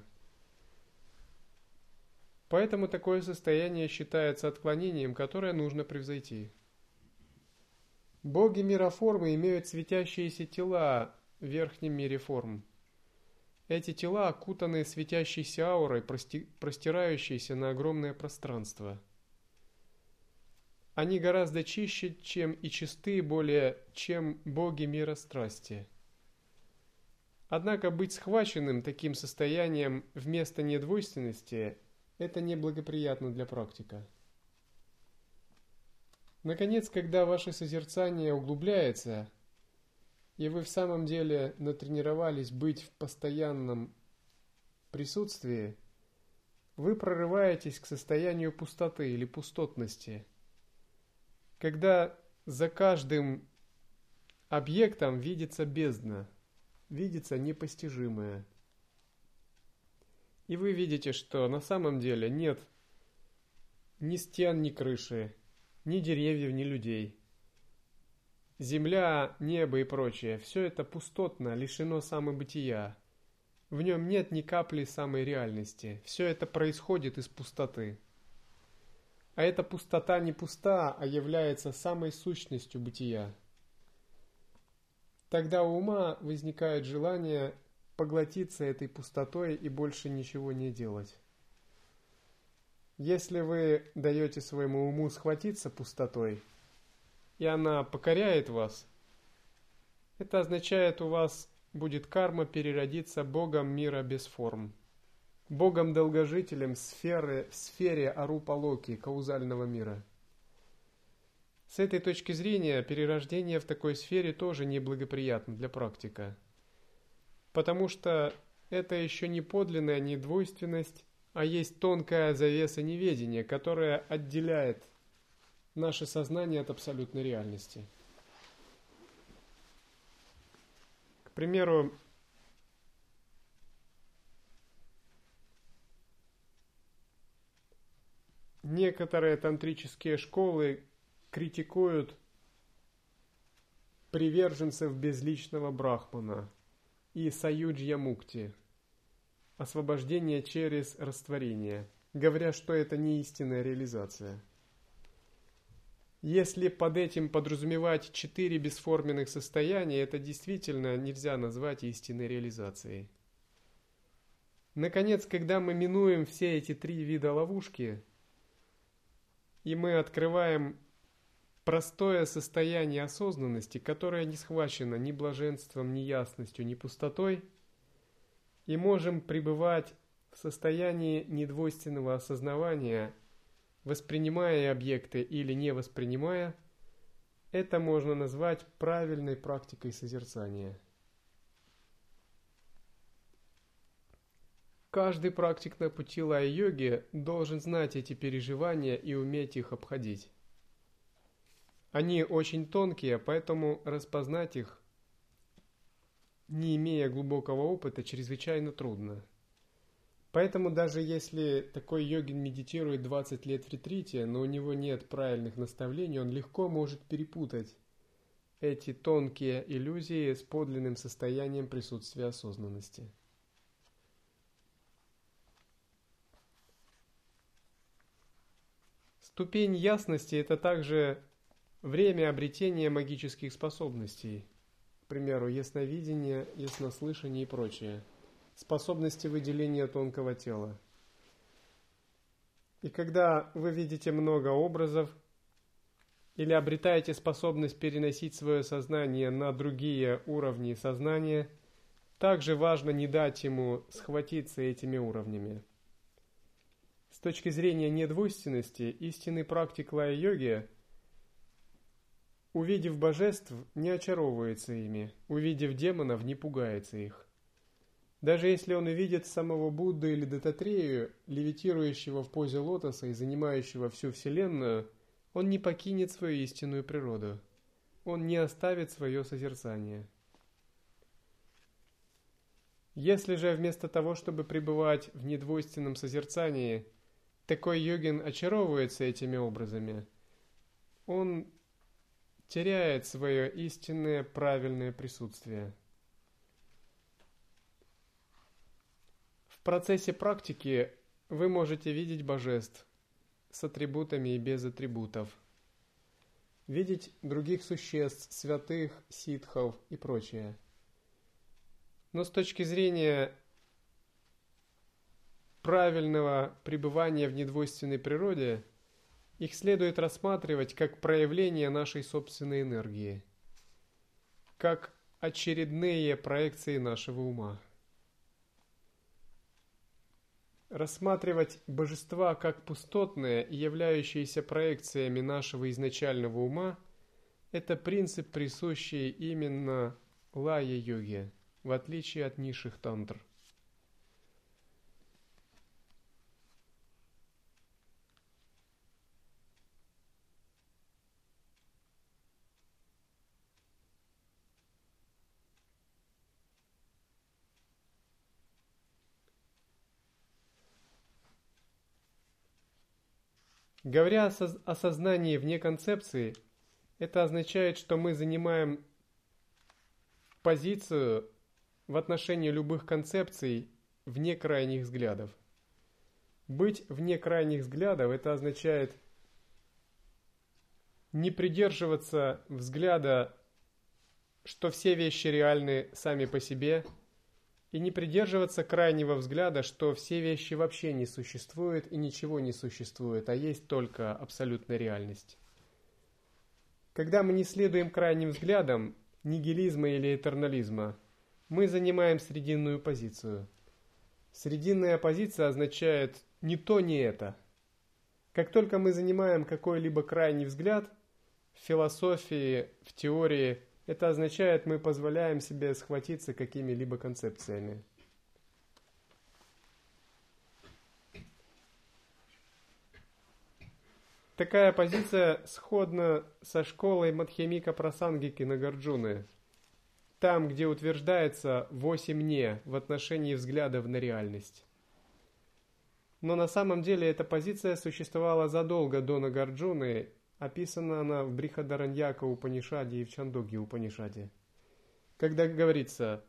Поэтому такое состояние считается отклонением, которое нужно превзойти. Боги мира формы имеют светящиеся тела в верхнем мире форм. Эти тела окутаны светящейся аурой, простирающейся на огромное пространство. Они гораздо чище, чем и чисты более, чем боги мира страсти. Однако быть схваченным таким состоянием вместо недвойственности – это неблагоприятно для практика. Наконец, когда ваше созерцание углубляется, и вы в самом деле натренировались быть в постоянном присутствии, вы прорываетесь к состоянию пустоты или пустотности, когда за каждым объектом видится бездна, видится непостижимое. И вы видите, что на самом деле нет ни стен, ни крыши, ни деревьев, ни людей. Земля, небо и прочее – все это пустотно, лишено самобытия. В нем нет ни капли самой реальности. Все это происходит из пустоты. А эта пустота не пуста, а является самой сущностью бытия. тогда у ума возникает желание поглотиться этой пустотой и больше ничего не делать. Если вы даете своему уму схватиться пустотой, и она покоряет вас, это означает, у вас будет карма переродиться Богом мира без форм, Богом-долгожителем сферы, в сфере Арупа-Локи, каузального мира. С этой точки зрения, перерождение в такой сфере тоже неблагоприятно для практика, потому что это еще не подлинная недвойственность, а есть тонкая завеса неведения, которая отделяет наше сознание от абсолютной реальности. К примеру, некоторые тантрические школы критикуют приверженцев безличного брахмана и саюджья-мукти, освобождение через растворение, говоря, что это не истинная реализация. Если под этим подразумевать четыре бесформенных состояния, это действительно нельзя назвать истинной реализацией. Наконец, когда мы минуем все эти три вида ловушки, и мы открываем простое состояние осознанности, которое не схвачено ни блаженством, ни ясностью, ни пустотой, и можем пребывать в состоянии недвойственного осознавания, воспринимая объекты или не воспринимая, это можно назвать правильной практикой созерцания. Каждый практик на пути лая-йоги должен знать эти переживания и уметь их обходить. Они очень тонкие, поэтому распознать их, не имея глубокого опыта, чрезвычайно трудно. Поэтому даже если такой йогин медитирует двадцать лет в ретрите, но у него нет правильных наставлений, он легко может перепутать эти тонкие иллюзии с подлинным состоянием присутствия осознанности. Ступень ясности – это также время обретения магических способностей. К примеру, ясновидение, яснослышание и прочее. Способности выделения тонкого тела. И когда вы видите много образов или обретаете способность переносить свое сознание на другие уровни сознания, также важно не дать ему схватиться этими уровнями. С точки зрения недвойственности, истинный практик лая-йоги, увидев божеств, не очаровывается ими, увидев демонов, не пугается их. Даже если он увидит самого Будду или Дататрею, левитирующего в позе лотоса и занимающего всю Вселенную, он не покинет свою истинную природу. Он не оставит свое созерцание. Если же вместо того, чтобы пребывать в недвойственном созерцании, такой йогин очаровывается этими образами, он теряет свое истинное правильное присутствие. В процессе практики вы можете видеть божеств с атрибутами и без атрибутов, видеть других существ, святых, ситхов и прочее. Но с точки зрения правильного пребывания в недвойственной природе, их следует рассматривать как проявление нашей собственной энергии, как очередные проекции нашего ума. Рассматривать божества как пустотные и являющиеся проекциями нашего изначального ума – это принцип, присущий именно лая-йоге, в отличие от низших тантр. Говоря о сознании вне концепции, это означает, что мы занимаем позицию в отношении любых концепций вне крайних взглядов. Быть вне крайних взглядов – это означает не придерживаться взгляда что все вещи реальны сами по себе, и не придерживаться крайнего взгляда, что все вещи вообще не существуют и ничего не существует, а есть только абсолютная реальность. Когда мы не следуем крайним взглядам, нигилизма или этернализма, мы занимаем срединную позицию. Срединная позиция означает «ни то, ни это». Как только мы занимаем какой-либо крайний взгляд, в философии, в теории, это означает, мы позволяем себе схватиться какими-либо концепциями. Такая позиция сходна со школой Мадхьямика Прасангики Нагарджуны, там, где утверждается восемь «не» в отношении взглядов на реальность. Но на самом деле эта позиция существовала задолго до Нагарджуны, описана она в Брихадараньяка Упанишаде и в Чандоги Упанишаде. Когда говорится,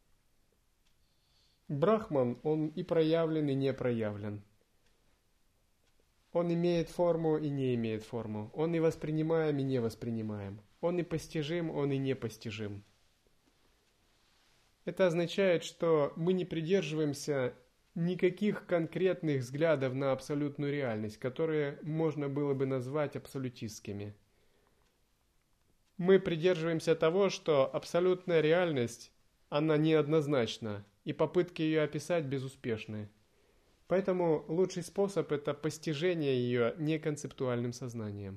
Брахман, он и проявлен, и не проявлен. Он имеет форму и не имеет форму. Он и воспринимаем, и не воспринимаем. Он и постижим, он и не постижим. Это означает, что мы не придерживаемся никаких конкретных взглядов на абсолютную реальность, которые можно было бы назвать абсолютистскими. Мы придерживаемся того, что абсолютная реальность, она неоднозначна, и попытки ее описать безуспешны. Поэтому лучший способ – это постижение ее неконцептуальным сознанием.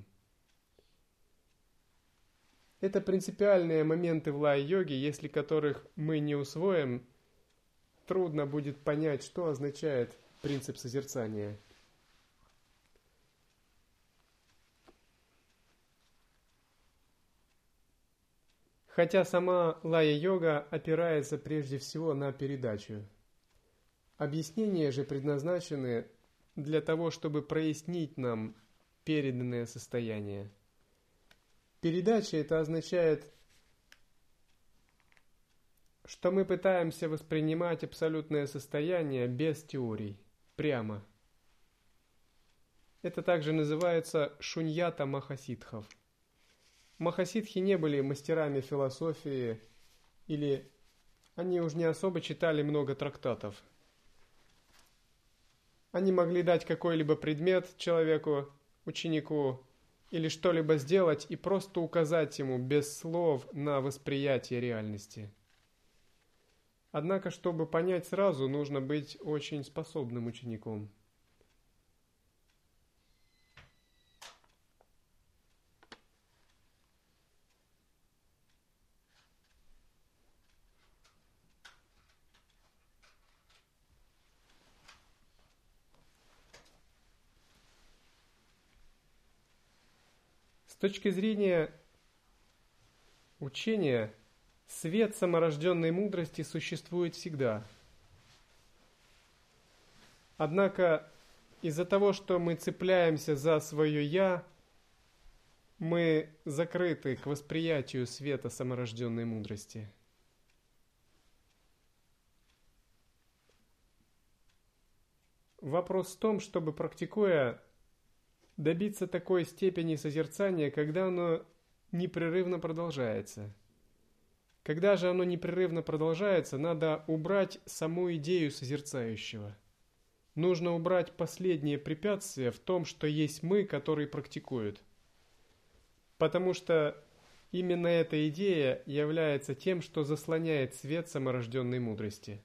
Это принципиальные моменты в лай-йоге, если которых мы не усвоим, трудно будет понять, что означает принцип созерцания. Хотя сама лая-йога опирается прежде всего на передачу. Объяснения же предназначены для того, чтобы прояснить нам переданное состояние. Передача – это означает, что мы пытаемся воспринимать абсолютное состояние без теорий, прямо. Это также называется шуньята махасидхов. Махасидхи не были мастерами философии, или они уж не особо читали много трактатов. Они могли дать какой-либо предмет человеку, ученику, или что-либо сделать и просто указать ему без слов на восприятие реальности. Однако, чтобы понять сразу, нужно быть очень способным учеником. С точки зрения учения, свет саморожденной мудрости существует всегда. Однако из-за того, что мы цепляемся за свое «я», мы закрыты к восприятию света саморожденной мудрости. Вопрос в том, чтобы, практикуя, добиться такой степени созерцания, когда оно непрерывно продолжается. Когда же оно непрерывно продолжается, надо убрать саму идею созерцающего. Нужно убрать последнее препятствие в том, что есть мы, которые практикуют. Потому что именно эта идея является тем, что заслоняет свет саморожденной мудрости.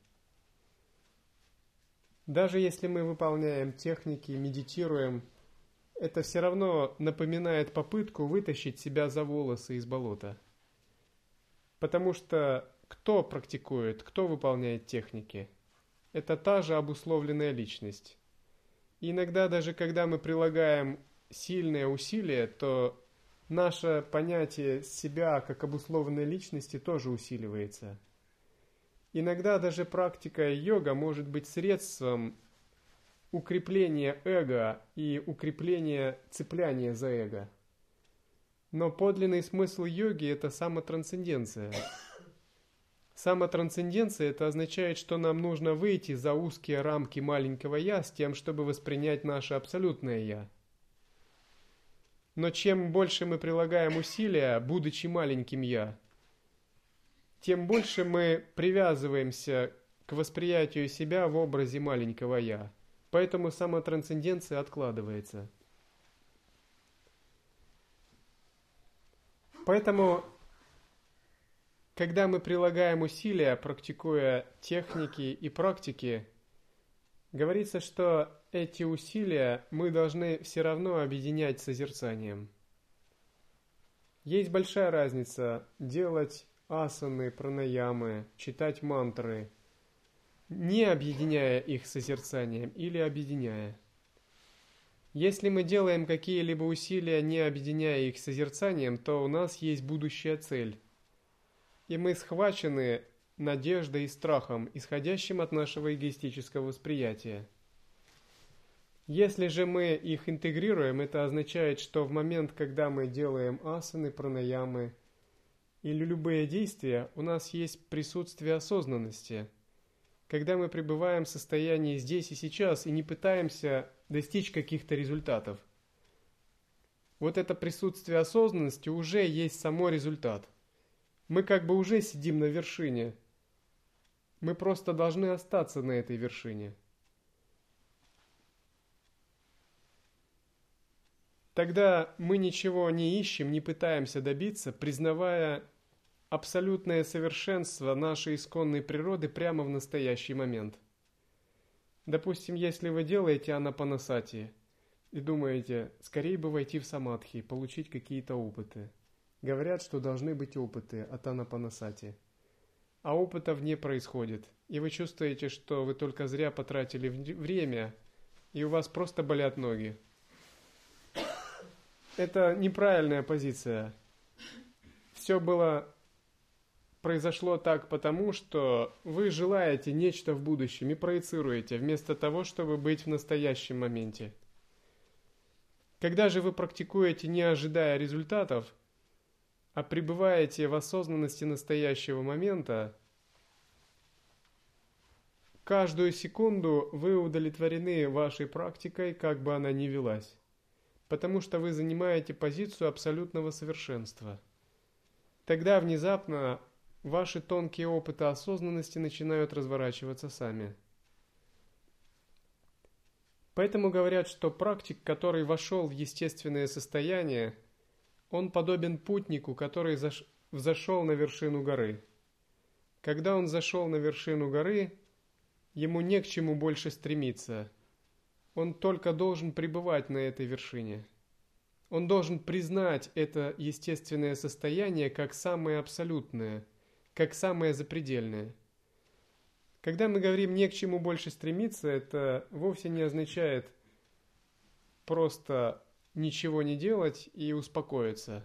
Даже если мы выполняем техники, медитируем, это все равно напоминает попытку вытащить себя за волосы из болота. Потому что кто практикует, кто выполняет техники? Это та же обусловленная личность. И иногда даже когда мы прилагаем сильные усилия, то наше понятие себя как обусловленной личности тоже усиливается. Иногда даже практика йога может быть средством укрепления эго и укрепления цепляния за эго. Но подлинный смысл йоги – это самотрансценденция. Самотрансценденция – это означает, что нам нужно выйти за узкие рамки маленького «я» с тем, чтобы воспринять наше абсолютное «я». Но чем больше мы прилагаем усилия, будучи маленьким «я», тем больше мы привязываемся к восприятию себя в образе маленького «я». Поэтому самотрансценденция откладывается. Поэтому, когда мы прилагаем усилия, практикуя техники и практики, говорится, что эти усилия мы должны все равно объединять с созерцанием. Есть большая разница делать асаны, пранаямы, читать мантры, не объединяя их с созерцанием или объединяя. Если мы делаем какие-либо усилия, не объединяя их с созерцанием, то у нас есть будущая цель. И мы схвачены надеждой и страхом, исходящим от нашего эгоистического восприятия. Если же мы их интегрируем, это означает, что в момент, когда мы делаем асаны, пранаямы или любые действия, у нас есть присутствие осознанности, когда мы пребываем в состоянии здесь и сейчас и не пытаемся достичь каких-то результатов. Вот это присутствие осознанности уже есть само результат. Мы как бы уже сидим на вершине. Мы просто должны остаться на этой вершине. Тогда мы ничего не ищем, не пытаемся добиться, признавая абсолютное совершенство нашей исконной природы прямо в настоящий момент. Допустим, если вы делаете анапанасати и думаете, скорее бы войти в самадхи и получить какие-то опыты. Говорят, что должны быть опыты от анапанасати. А опытов не происходит. И вы чувствуете, что вы только зря потратили время, и у вас просто болят ноги. Это неправильная позиция. Все было... произошло так потому, что вы желаете нечто в будущем и проецируете, вместо того, чтобы быть в настоящем моменте. Когда же вы практикуете, не ожидая результатов, а пребываете в осознанности настоящего момента, каждую секунду вы удовлетворены вашей практикой, как бы она ни велась, потому что вы занимаете позицию абсолютного совершенства. Тогда внезапно ваши тонкие опыты осознанности начинают разворачиваться сами. Поэтому говорят, что практик, который вошел в естественное состояние, он подобен путнику, который заш... взошел на вершину горы. Когда он зашел на вершину горы, ему не к чему больше стремиться. Он только должен пребывать на этой вершине. Он должен признать это естественное состояние как самое абсолютное, как самое запредельное. Когда мы говорим «не к чему больше стремиться», это вовсе не означает просто ничего не делать и успокоиться.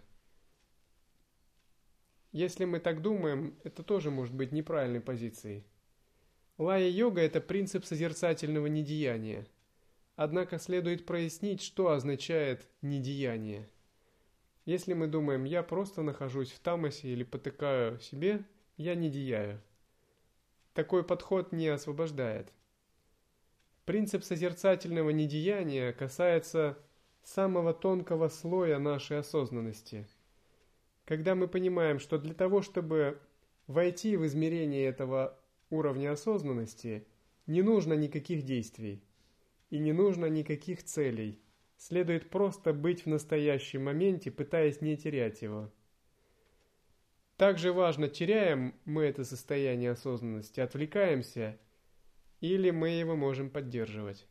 Если мы так думаем, это тоже может быть неправильной позицией. Лая-йога – это принцип созерцательного недеяния. Однако следует прояснить, что означает недеяние. Если мы думаем «я просто нахожусь в тамасе или потыкаю себе», я не деяю. Такой подход не освобождает. Принцип созерцательного недеяния касается самого тонкого слоя нашей осознанности. Когда мы понимаем, что для того, чтобы войти в измерение этого уровня осознанности, не нужно никаких действий и не нужно никаких целей. Следует просто быть в настоящем моменте, пытаясь не терять его. Также важно, теряем мы это состояние осознанности, отвлекаемся, или мы его можем поддерживать.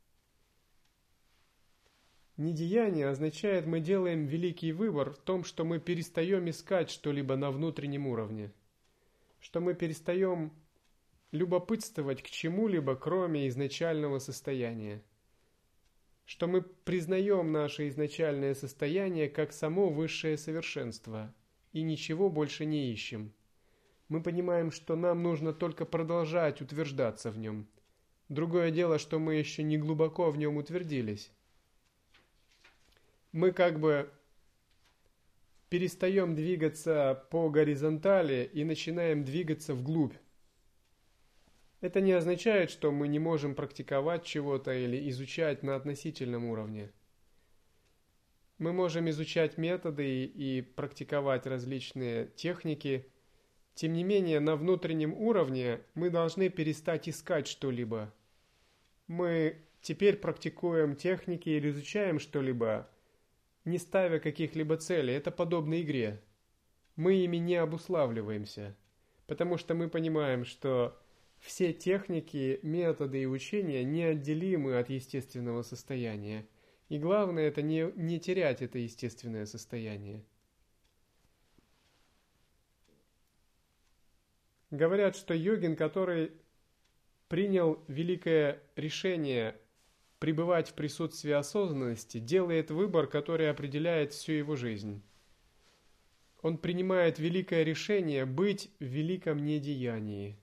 Недеяние означает, мы делаем великий выбор в том, что мы перестаем искать что-либо на внутреннем уровне, что мы перестаем любопытствовать к чему-либо, кроме изначального состояния, что мы признаем наше изначальное состояние как само высшее совершенство и ничего больше не ищем. Мы понимаем, что нам нужно только продолжать утверждаться в нем. Другое дело, что мы еще не глубоко в нем утвердились. Мы как бы перестаем двигаться по горизонтали и начинаем двигаться вглубь. Это не означает, что мы не можем практиковать чего-то или изучать на относительном уровне. Мы можем изучать методы и практиковать различные техники, Тем не менее, на внутреннем уровне мы должны перестать искать что-либо. Мы теперь практикуем техники или изучаем что-либо, не ставя каких-либо целей. Это подобно игре. Мы ими не обуславливаемся, потому что мы понимаем, что все техники, методы и учения неотделимы от естественного состояния. И главное, это не, не терять это естественное состояние. Говорят, что йогин, который принял великое решение пребывать в присутствии осознанности, делает выбор, который определяет всю его жизнь. Он принимает великое решение быть в великом недеянии.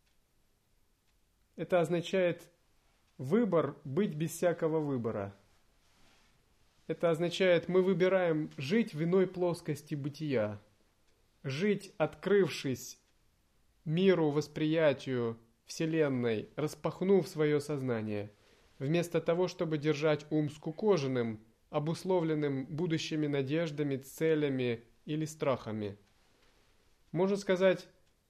Это означает выбор быть без всякого выбора. Это означает, мы выбираем жить в иной плоскости бытия, жить, открывшись миру, восприятию Вселенной, распахнув свое сознание, вместо того, чтобы держать ум скукоженным, обусловленным будущими надеждами, целями или страхами. Можно сказать,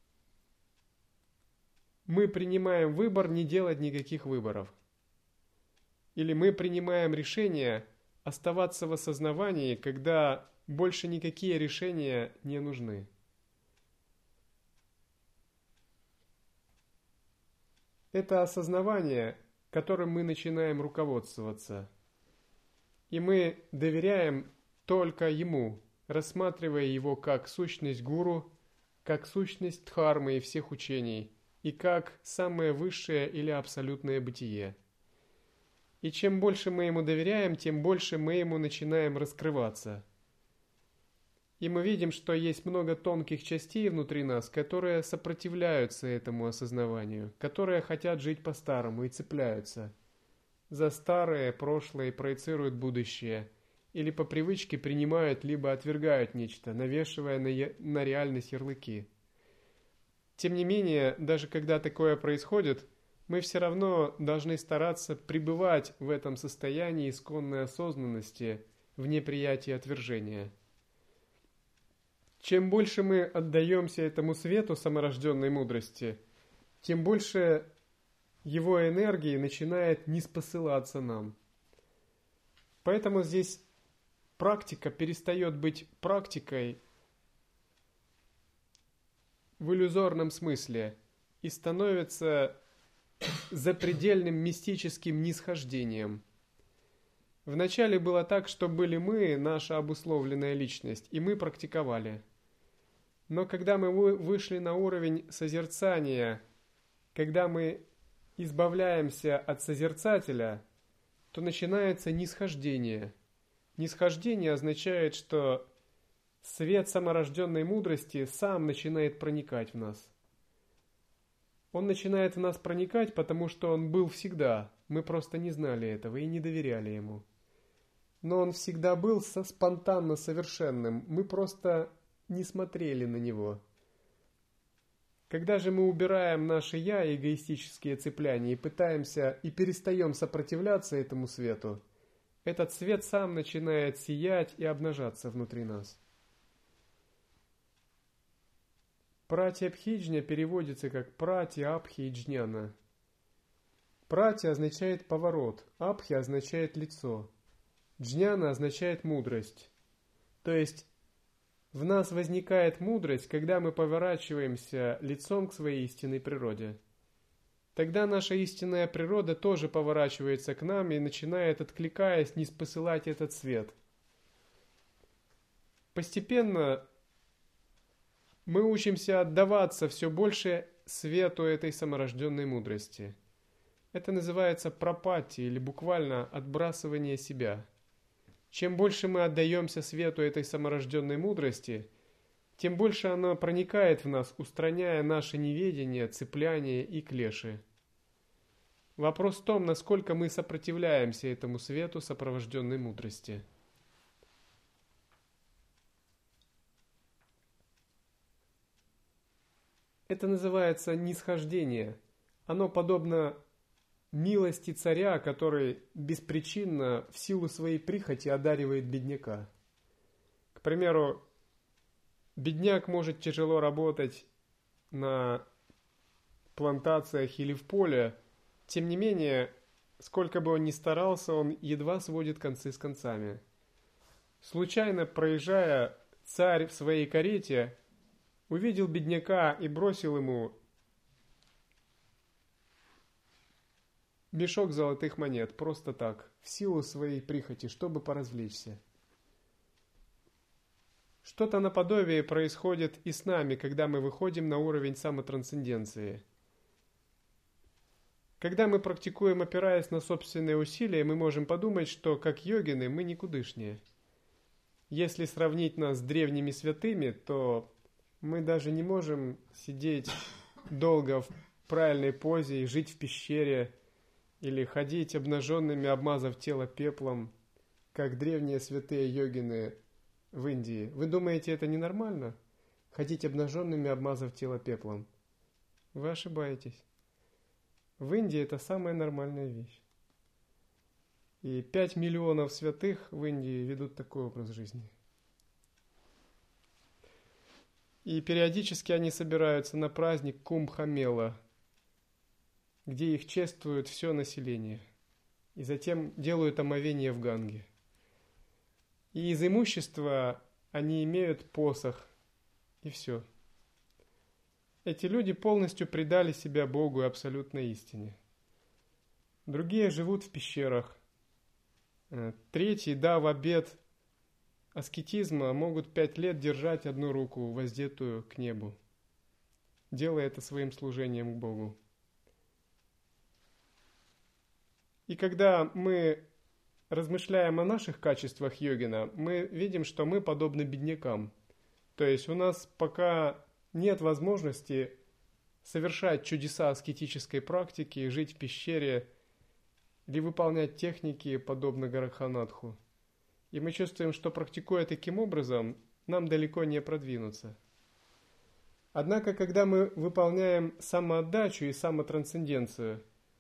мы принимаем выбор не делать никаких выборов. Или мы принимаем решение оставаться в осознавании, когда больше никакие решения не нужны. Это осознавание, которым мы начинаем руководствоваться. И мы доверяем только ему, рассматривая его как сущность гуру, как сущность дхармы и всех учений, и как самое высшее или абсолютное бытие. И чем больше мы ему доверяем, тем больше мы ему начинаем раскрываться. И мы видим, что есть много тонких частей внутри нас, которые сопротивляются этому осознаванию, которые хотят жить по-старому и цепляются за старое, прошлое и проецируют будущее, или по привычке принимают либо отвергают нечто, навешивая на, я... на реальность ярлыки. Тем не менее, даже когда такое происходит, мы все равно должны стараться пребывать в этом состоянии исконной осознанности в неприятии отвержения. Чем больше мы отдаемся этому свету саморожденной мудрости, тем больше его энергии начинает ниспосылаться нам. Поэтому здесь практика перестает быть практикой в иллюзорном смысле и становится запредельным мистическим нисхождением. Вначале было так, что были мы, наша обусловленная личность, и мы практиковали. Но когда мы вышли на уровень созерцания, когда мы избавляемся от созерцателя, то начинается нисхождение. Нисхождение означает, что свет саморожденной мудрости сам начинает проникать в нас. Он начинает в нас проникать, потому что он был всегда. Мы просто не знали этого и не доверяли ему. Но он всегда был со спонтанно совершенным. Мы просто не смотрели на него. Когда же мы убираем наше «я», эгоистические цепляния, и пытаемся и перестаем сопротивляться этому свету, этот свет сам начинает сиять и обнажаться внутри нас. Пратья Абхиджня переводится как пратья Абхи и Джняна. Пратья означает поворот, Абхи означает лицо, Джняна означает мудрость. То есть в нас возникает мудрость, когда мы поворачиваемся лицом к своей истинной природе. Тогда наша истинная природа тоже поворачивается к нам и начинает, откликаясь, ниспосылать этот свет. Постепенно мы учимся отдаваться все больше свету этой саморожденной мудрости. Это называется прапатти или буквально отбрасывание себя. Чем больше мы отдаемся свету этой саморожденной мудрости, тем больше она проникает в нас, устраняя наше неведение, цепляние и клеши. Вопрос в том, насколько мы сопротивляемся этому свету сопровожденной мудрости. Это называется нисхождение. Оно подобно милости царя, который беспричинно в силу своей прихоти одаривает бедняка. К примеру, бедняк может тяжело работать на плантациях или в поле, тем не менее, сколько бы он ни старался, он едва сводит концы с концами. Случайно проезжая, царь в своей карете увидел бедняка и бросил ему мешок золотых монет, просто так, в силу своей прихоти, чтобы поразвлечься. Что-то наподобие происходит и с нами, когда мы выходим на уровень самотрансценденции. Когда мы практикуем, опираясь на собственные усилия, мы можем подумать, что, как йогины, мы никудышнее. Если сравнить нас с древними святыми, то мы даже не можем сидеть долго в правильной позе и жить в пещере, или ходить обнаженными, обмазав тело пеплом, как древние святые йогины в Индии. Вы думаете, это ненормально? Ходить обнаженными, обмазав тело пеплом? Вы ошибаетесь. В Индии это самая нормальная вещь. И пять миллионов святых в Индии ведут такой образ жизни. И периодически они собираются на праздник Кумбха-мела, где их чествует все население. И затем делают омовение в Ганге. И из имущества они имеют посох. И все. Эти люди полностью предали себя Богу и абсолютной истине. Другие живут в пещерах. Третьи, дав обет аскетизма, могут пять лет держать одну руку, воздетую к небу, делая это своим служением к Богу. И когда мы размышляем о наших качествах йогина, мы видим, что мы подобны беднякам. То есть у нас пока нет возможности совершать чудеса аскетической практики, жить в пещере или выполнять техники, подобно Горакханатху. И мы чувствуем, что, практикуя таким образом, нам далеко не продвинуться. Однако, когда мы выполняем самоотдачу и самотрансценденцию,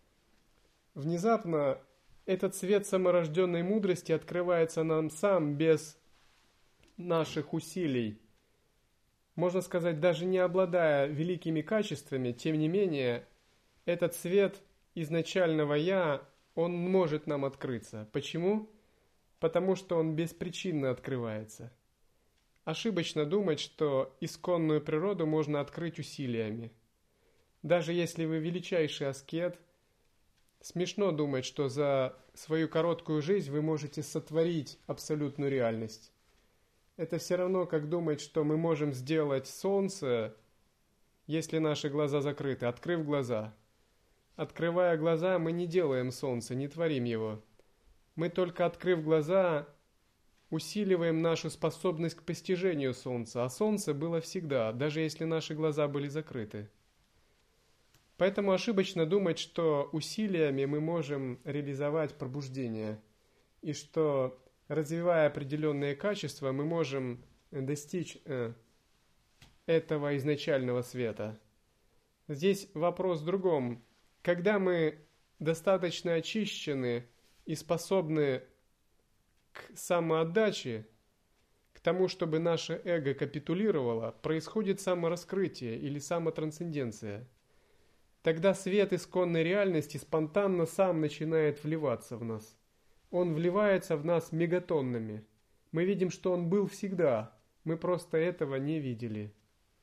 внезапно этот свет саморожденной мудрости открывается нам сам без наших усилий. Можно сказать, даже не обладая великими качествами, тем не менее, этот свет изначального «Я», он может нам открыться. Почему? Потому что он беспричинно открывается. Ошибочно думать, что исконную природу можно открыть усилиями. Даже если вы величайший аскет, смешно думать, что за свою короткую жизнь вы можете сотворить абсолютную реальность. Это все равно, как думать, что мы можем сделать солнце, если наши глаза закрыты, открыв глаза. Открывая глаза, мы не делаем солнце, не творим его. Мы только, открыв глаза, усиливаем нашу способность к постижению солнца, а солнце было всегда, даже если наши глаза были закрыты. Поэтому ошибочно думать, что усилиями мы можем реализовать пробуждение, и что, развивая определенные качества, мы можем достичь э, этого изначального света. Здесь вопрос в другом. Когда мы достаточно очищены и способны к самоотдаче, к тому, чтобы наше эго капитулировало, происходит самораскрытие или самотрансценденция. Тогда свет исконной реальности спонтанно сам начинает вливаться в нас. Он вливается в нас мегатоннами. Мы видим, что он был всегда, мы просто этого не видели.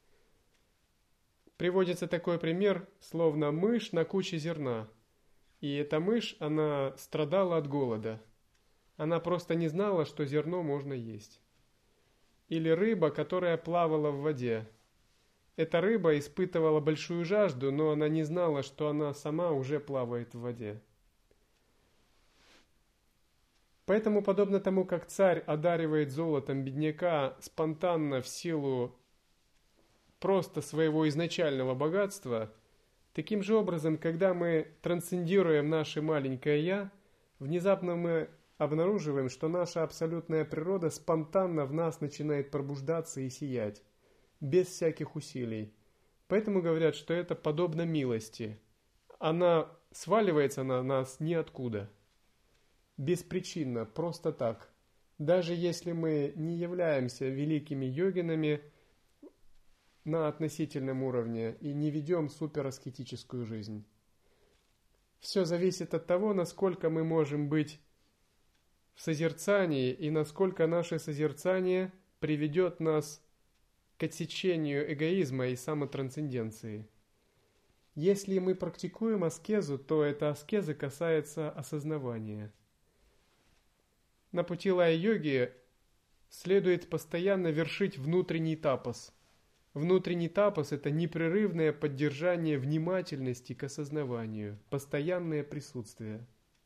Приводится такой пример, словно мышь на куче зерна. И эта мышь, она страдала от голода. Она просто не знала, что зерно можно есть. Или рыба, которая плавала в воде. Эта рыба испытывала большую жажду, но она не знала, что она сама уже плавает в воде. Поэтому, подобно тому, как царь одаривает золотом бедняка спонтанно в силу просто своего изначального богатства, таким же образом, когда мы трансцендируем наше маленькое «я», внезапно мы обнаруживаем, что наша абсолютная природа спонтанно в нас начинает пробуждаться и сиять, без всяких усилий. Поэтому говорят, что это подобно милости. Она сваливается на нас ниоткуда, беспричинно, просто так. Даже если мы не являемся великими йогинами, на относительном уровне и не ведем супераскетическую жизнь. Все зависит от того, насколько мы можем быть в созерцании и насколько наше созерцание приведет нас к отсечению эгоизма и самотрансценденции. Если мы практикуем аскезу, то эта аскеза касается осознавания. На пути лая-йоги следует постоянно вершить внутренний тапас. Внутренний тапас – это непрерывное поддержание внимательности к осознаванию, постоянное присутствие.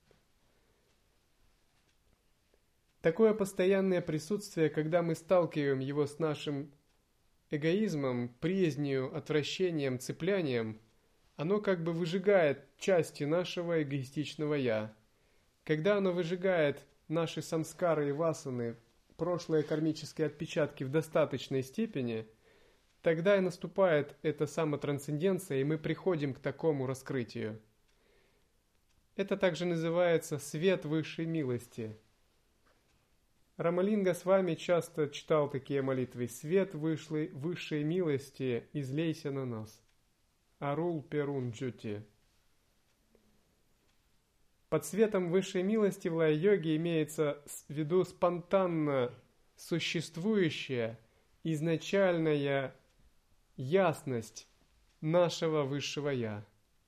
Такое постоянное присутствие, когда мы сталкиваем его с нашим эгоизмом, приязнью, отвращением, цеплянием, оно как бы выжигает части нашего эгоистичного «я». Когда оно выжигает наши самскары и васаны, прошлые кармические отпечатки в достаточной степени, тогда и наступает эта самотрансценденция, и мы приходим к такому раскрытию. Это также называется «свет высшей милости». Рамалинга с вами часто читал такие молитвы: «Свет высшей, высшей милости, излейся на нас». Арул Перун Джути. Под светом высшей милости в лая-йоге имеется в виду спонтанно существующая изначальная ясность нашего высшего «я».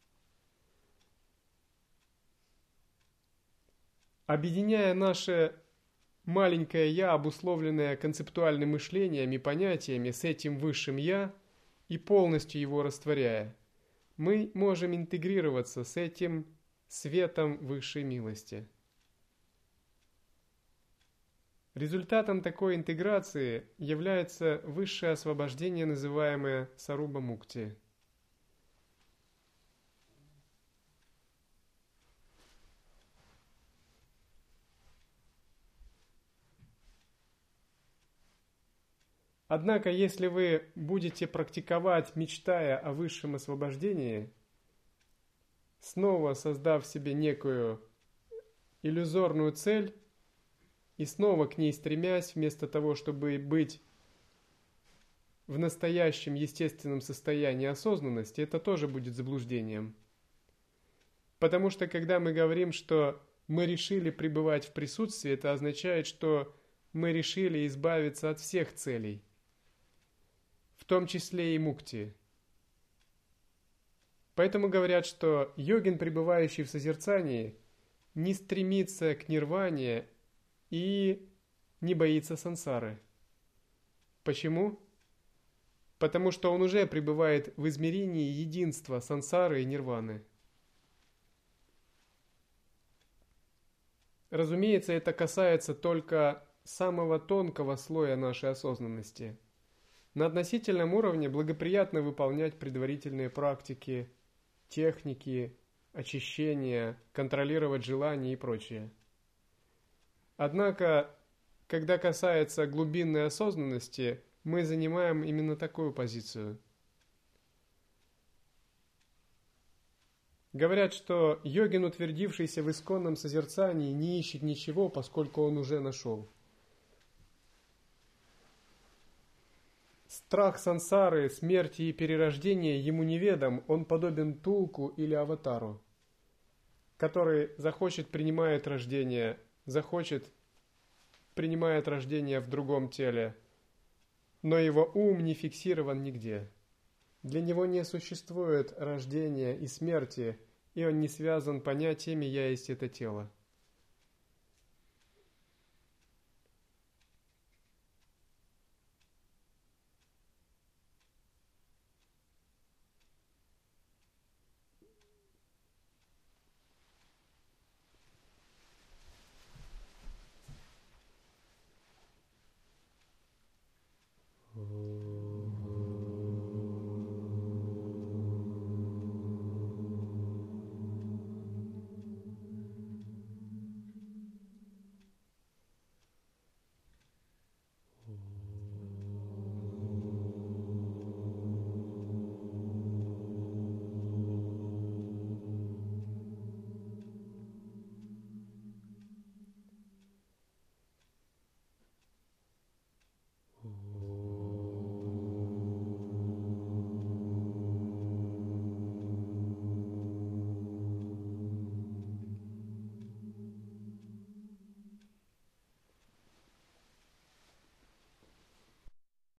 Объединяя наше маленькое «я», обусловленное концептуальным мышлением и понятиями, с этим высшим «я», и полностью его растворяя, мы можем интегрироваться с этим светом высшей милости. Результатом такой интеграции является высшее освобождение, называемое саруба-мукти. Однако, если вы будете практиковать, мечтая о высшем освобождении, снова создав себе некую иллюзорную цель и снова к ней стремясь, вместо того, чтобы быть в настоящем естественном состоянии осознанности, это тоже будет заблуждением. Потому что, когда мы говорим, что мы решили пребывать в присутствии, это означает, что мы решили избавиться от всех целей, в том числе и мукти. Поэтому говорят, что йогин, пребывающий в созерцании, не стремится к нирване и не боится сансары. Почему? Потому что он уже пребывает в измерении единства сансары и нирваны. Разумеется, это касается только самого тонкого слоя нашей осознанности. На относительном уровне благоприятно выполнять предварительные практики, техники, очищения, контролировать желания и прочее. Однако, когда касается глубинной осознанности, мы занимаем именно такую позицию. Говорят, что йогин, утвердившийся в исконном созерцании, не ищет ничего, поскольку он уже нашел. Страх сансары, смерти и перерождения ему неведом, он подобен тулку или аватару, который захочет, принимает рождение, захочет, принимает рождение в другом теле, но его ум не фиксирован нигде. Для него не существует рождения и смерти, и он не связан понятиями «я есть это тело».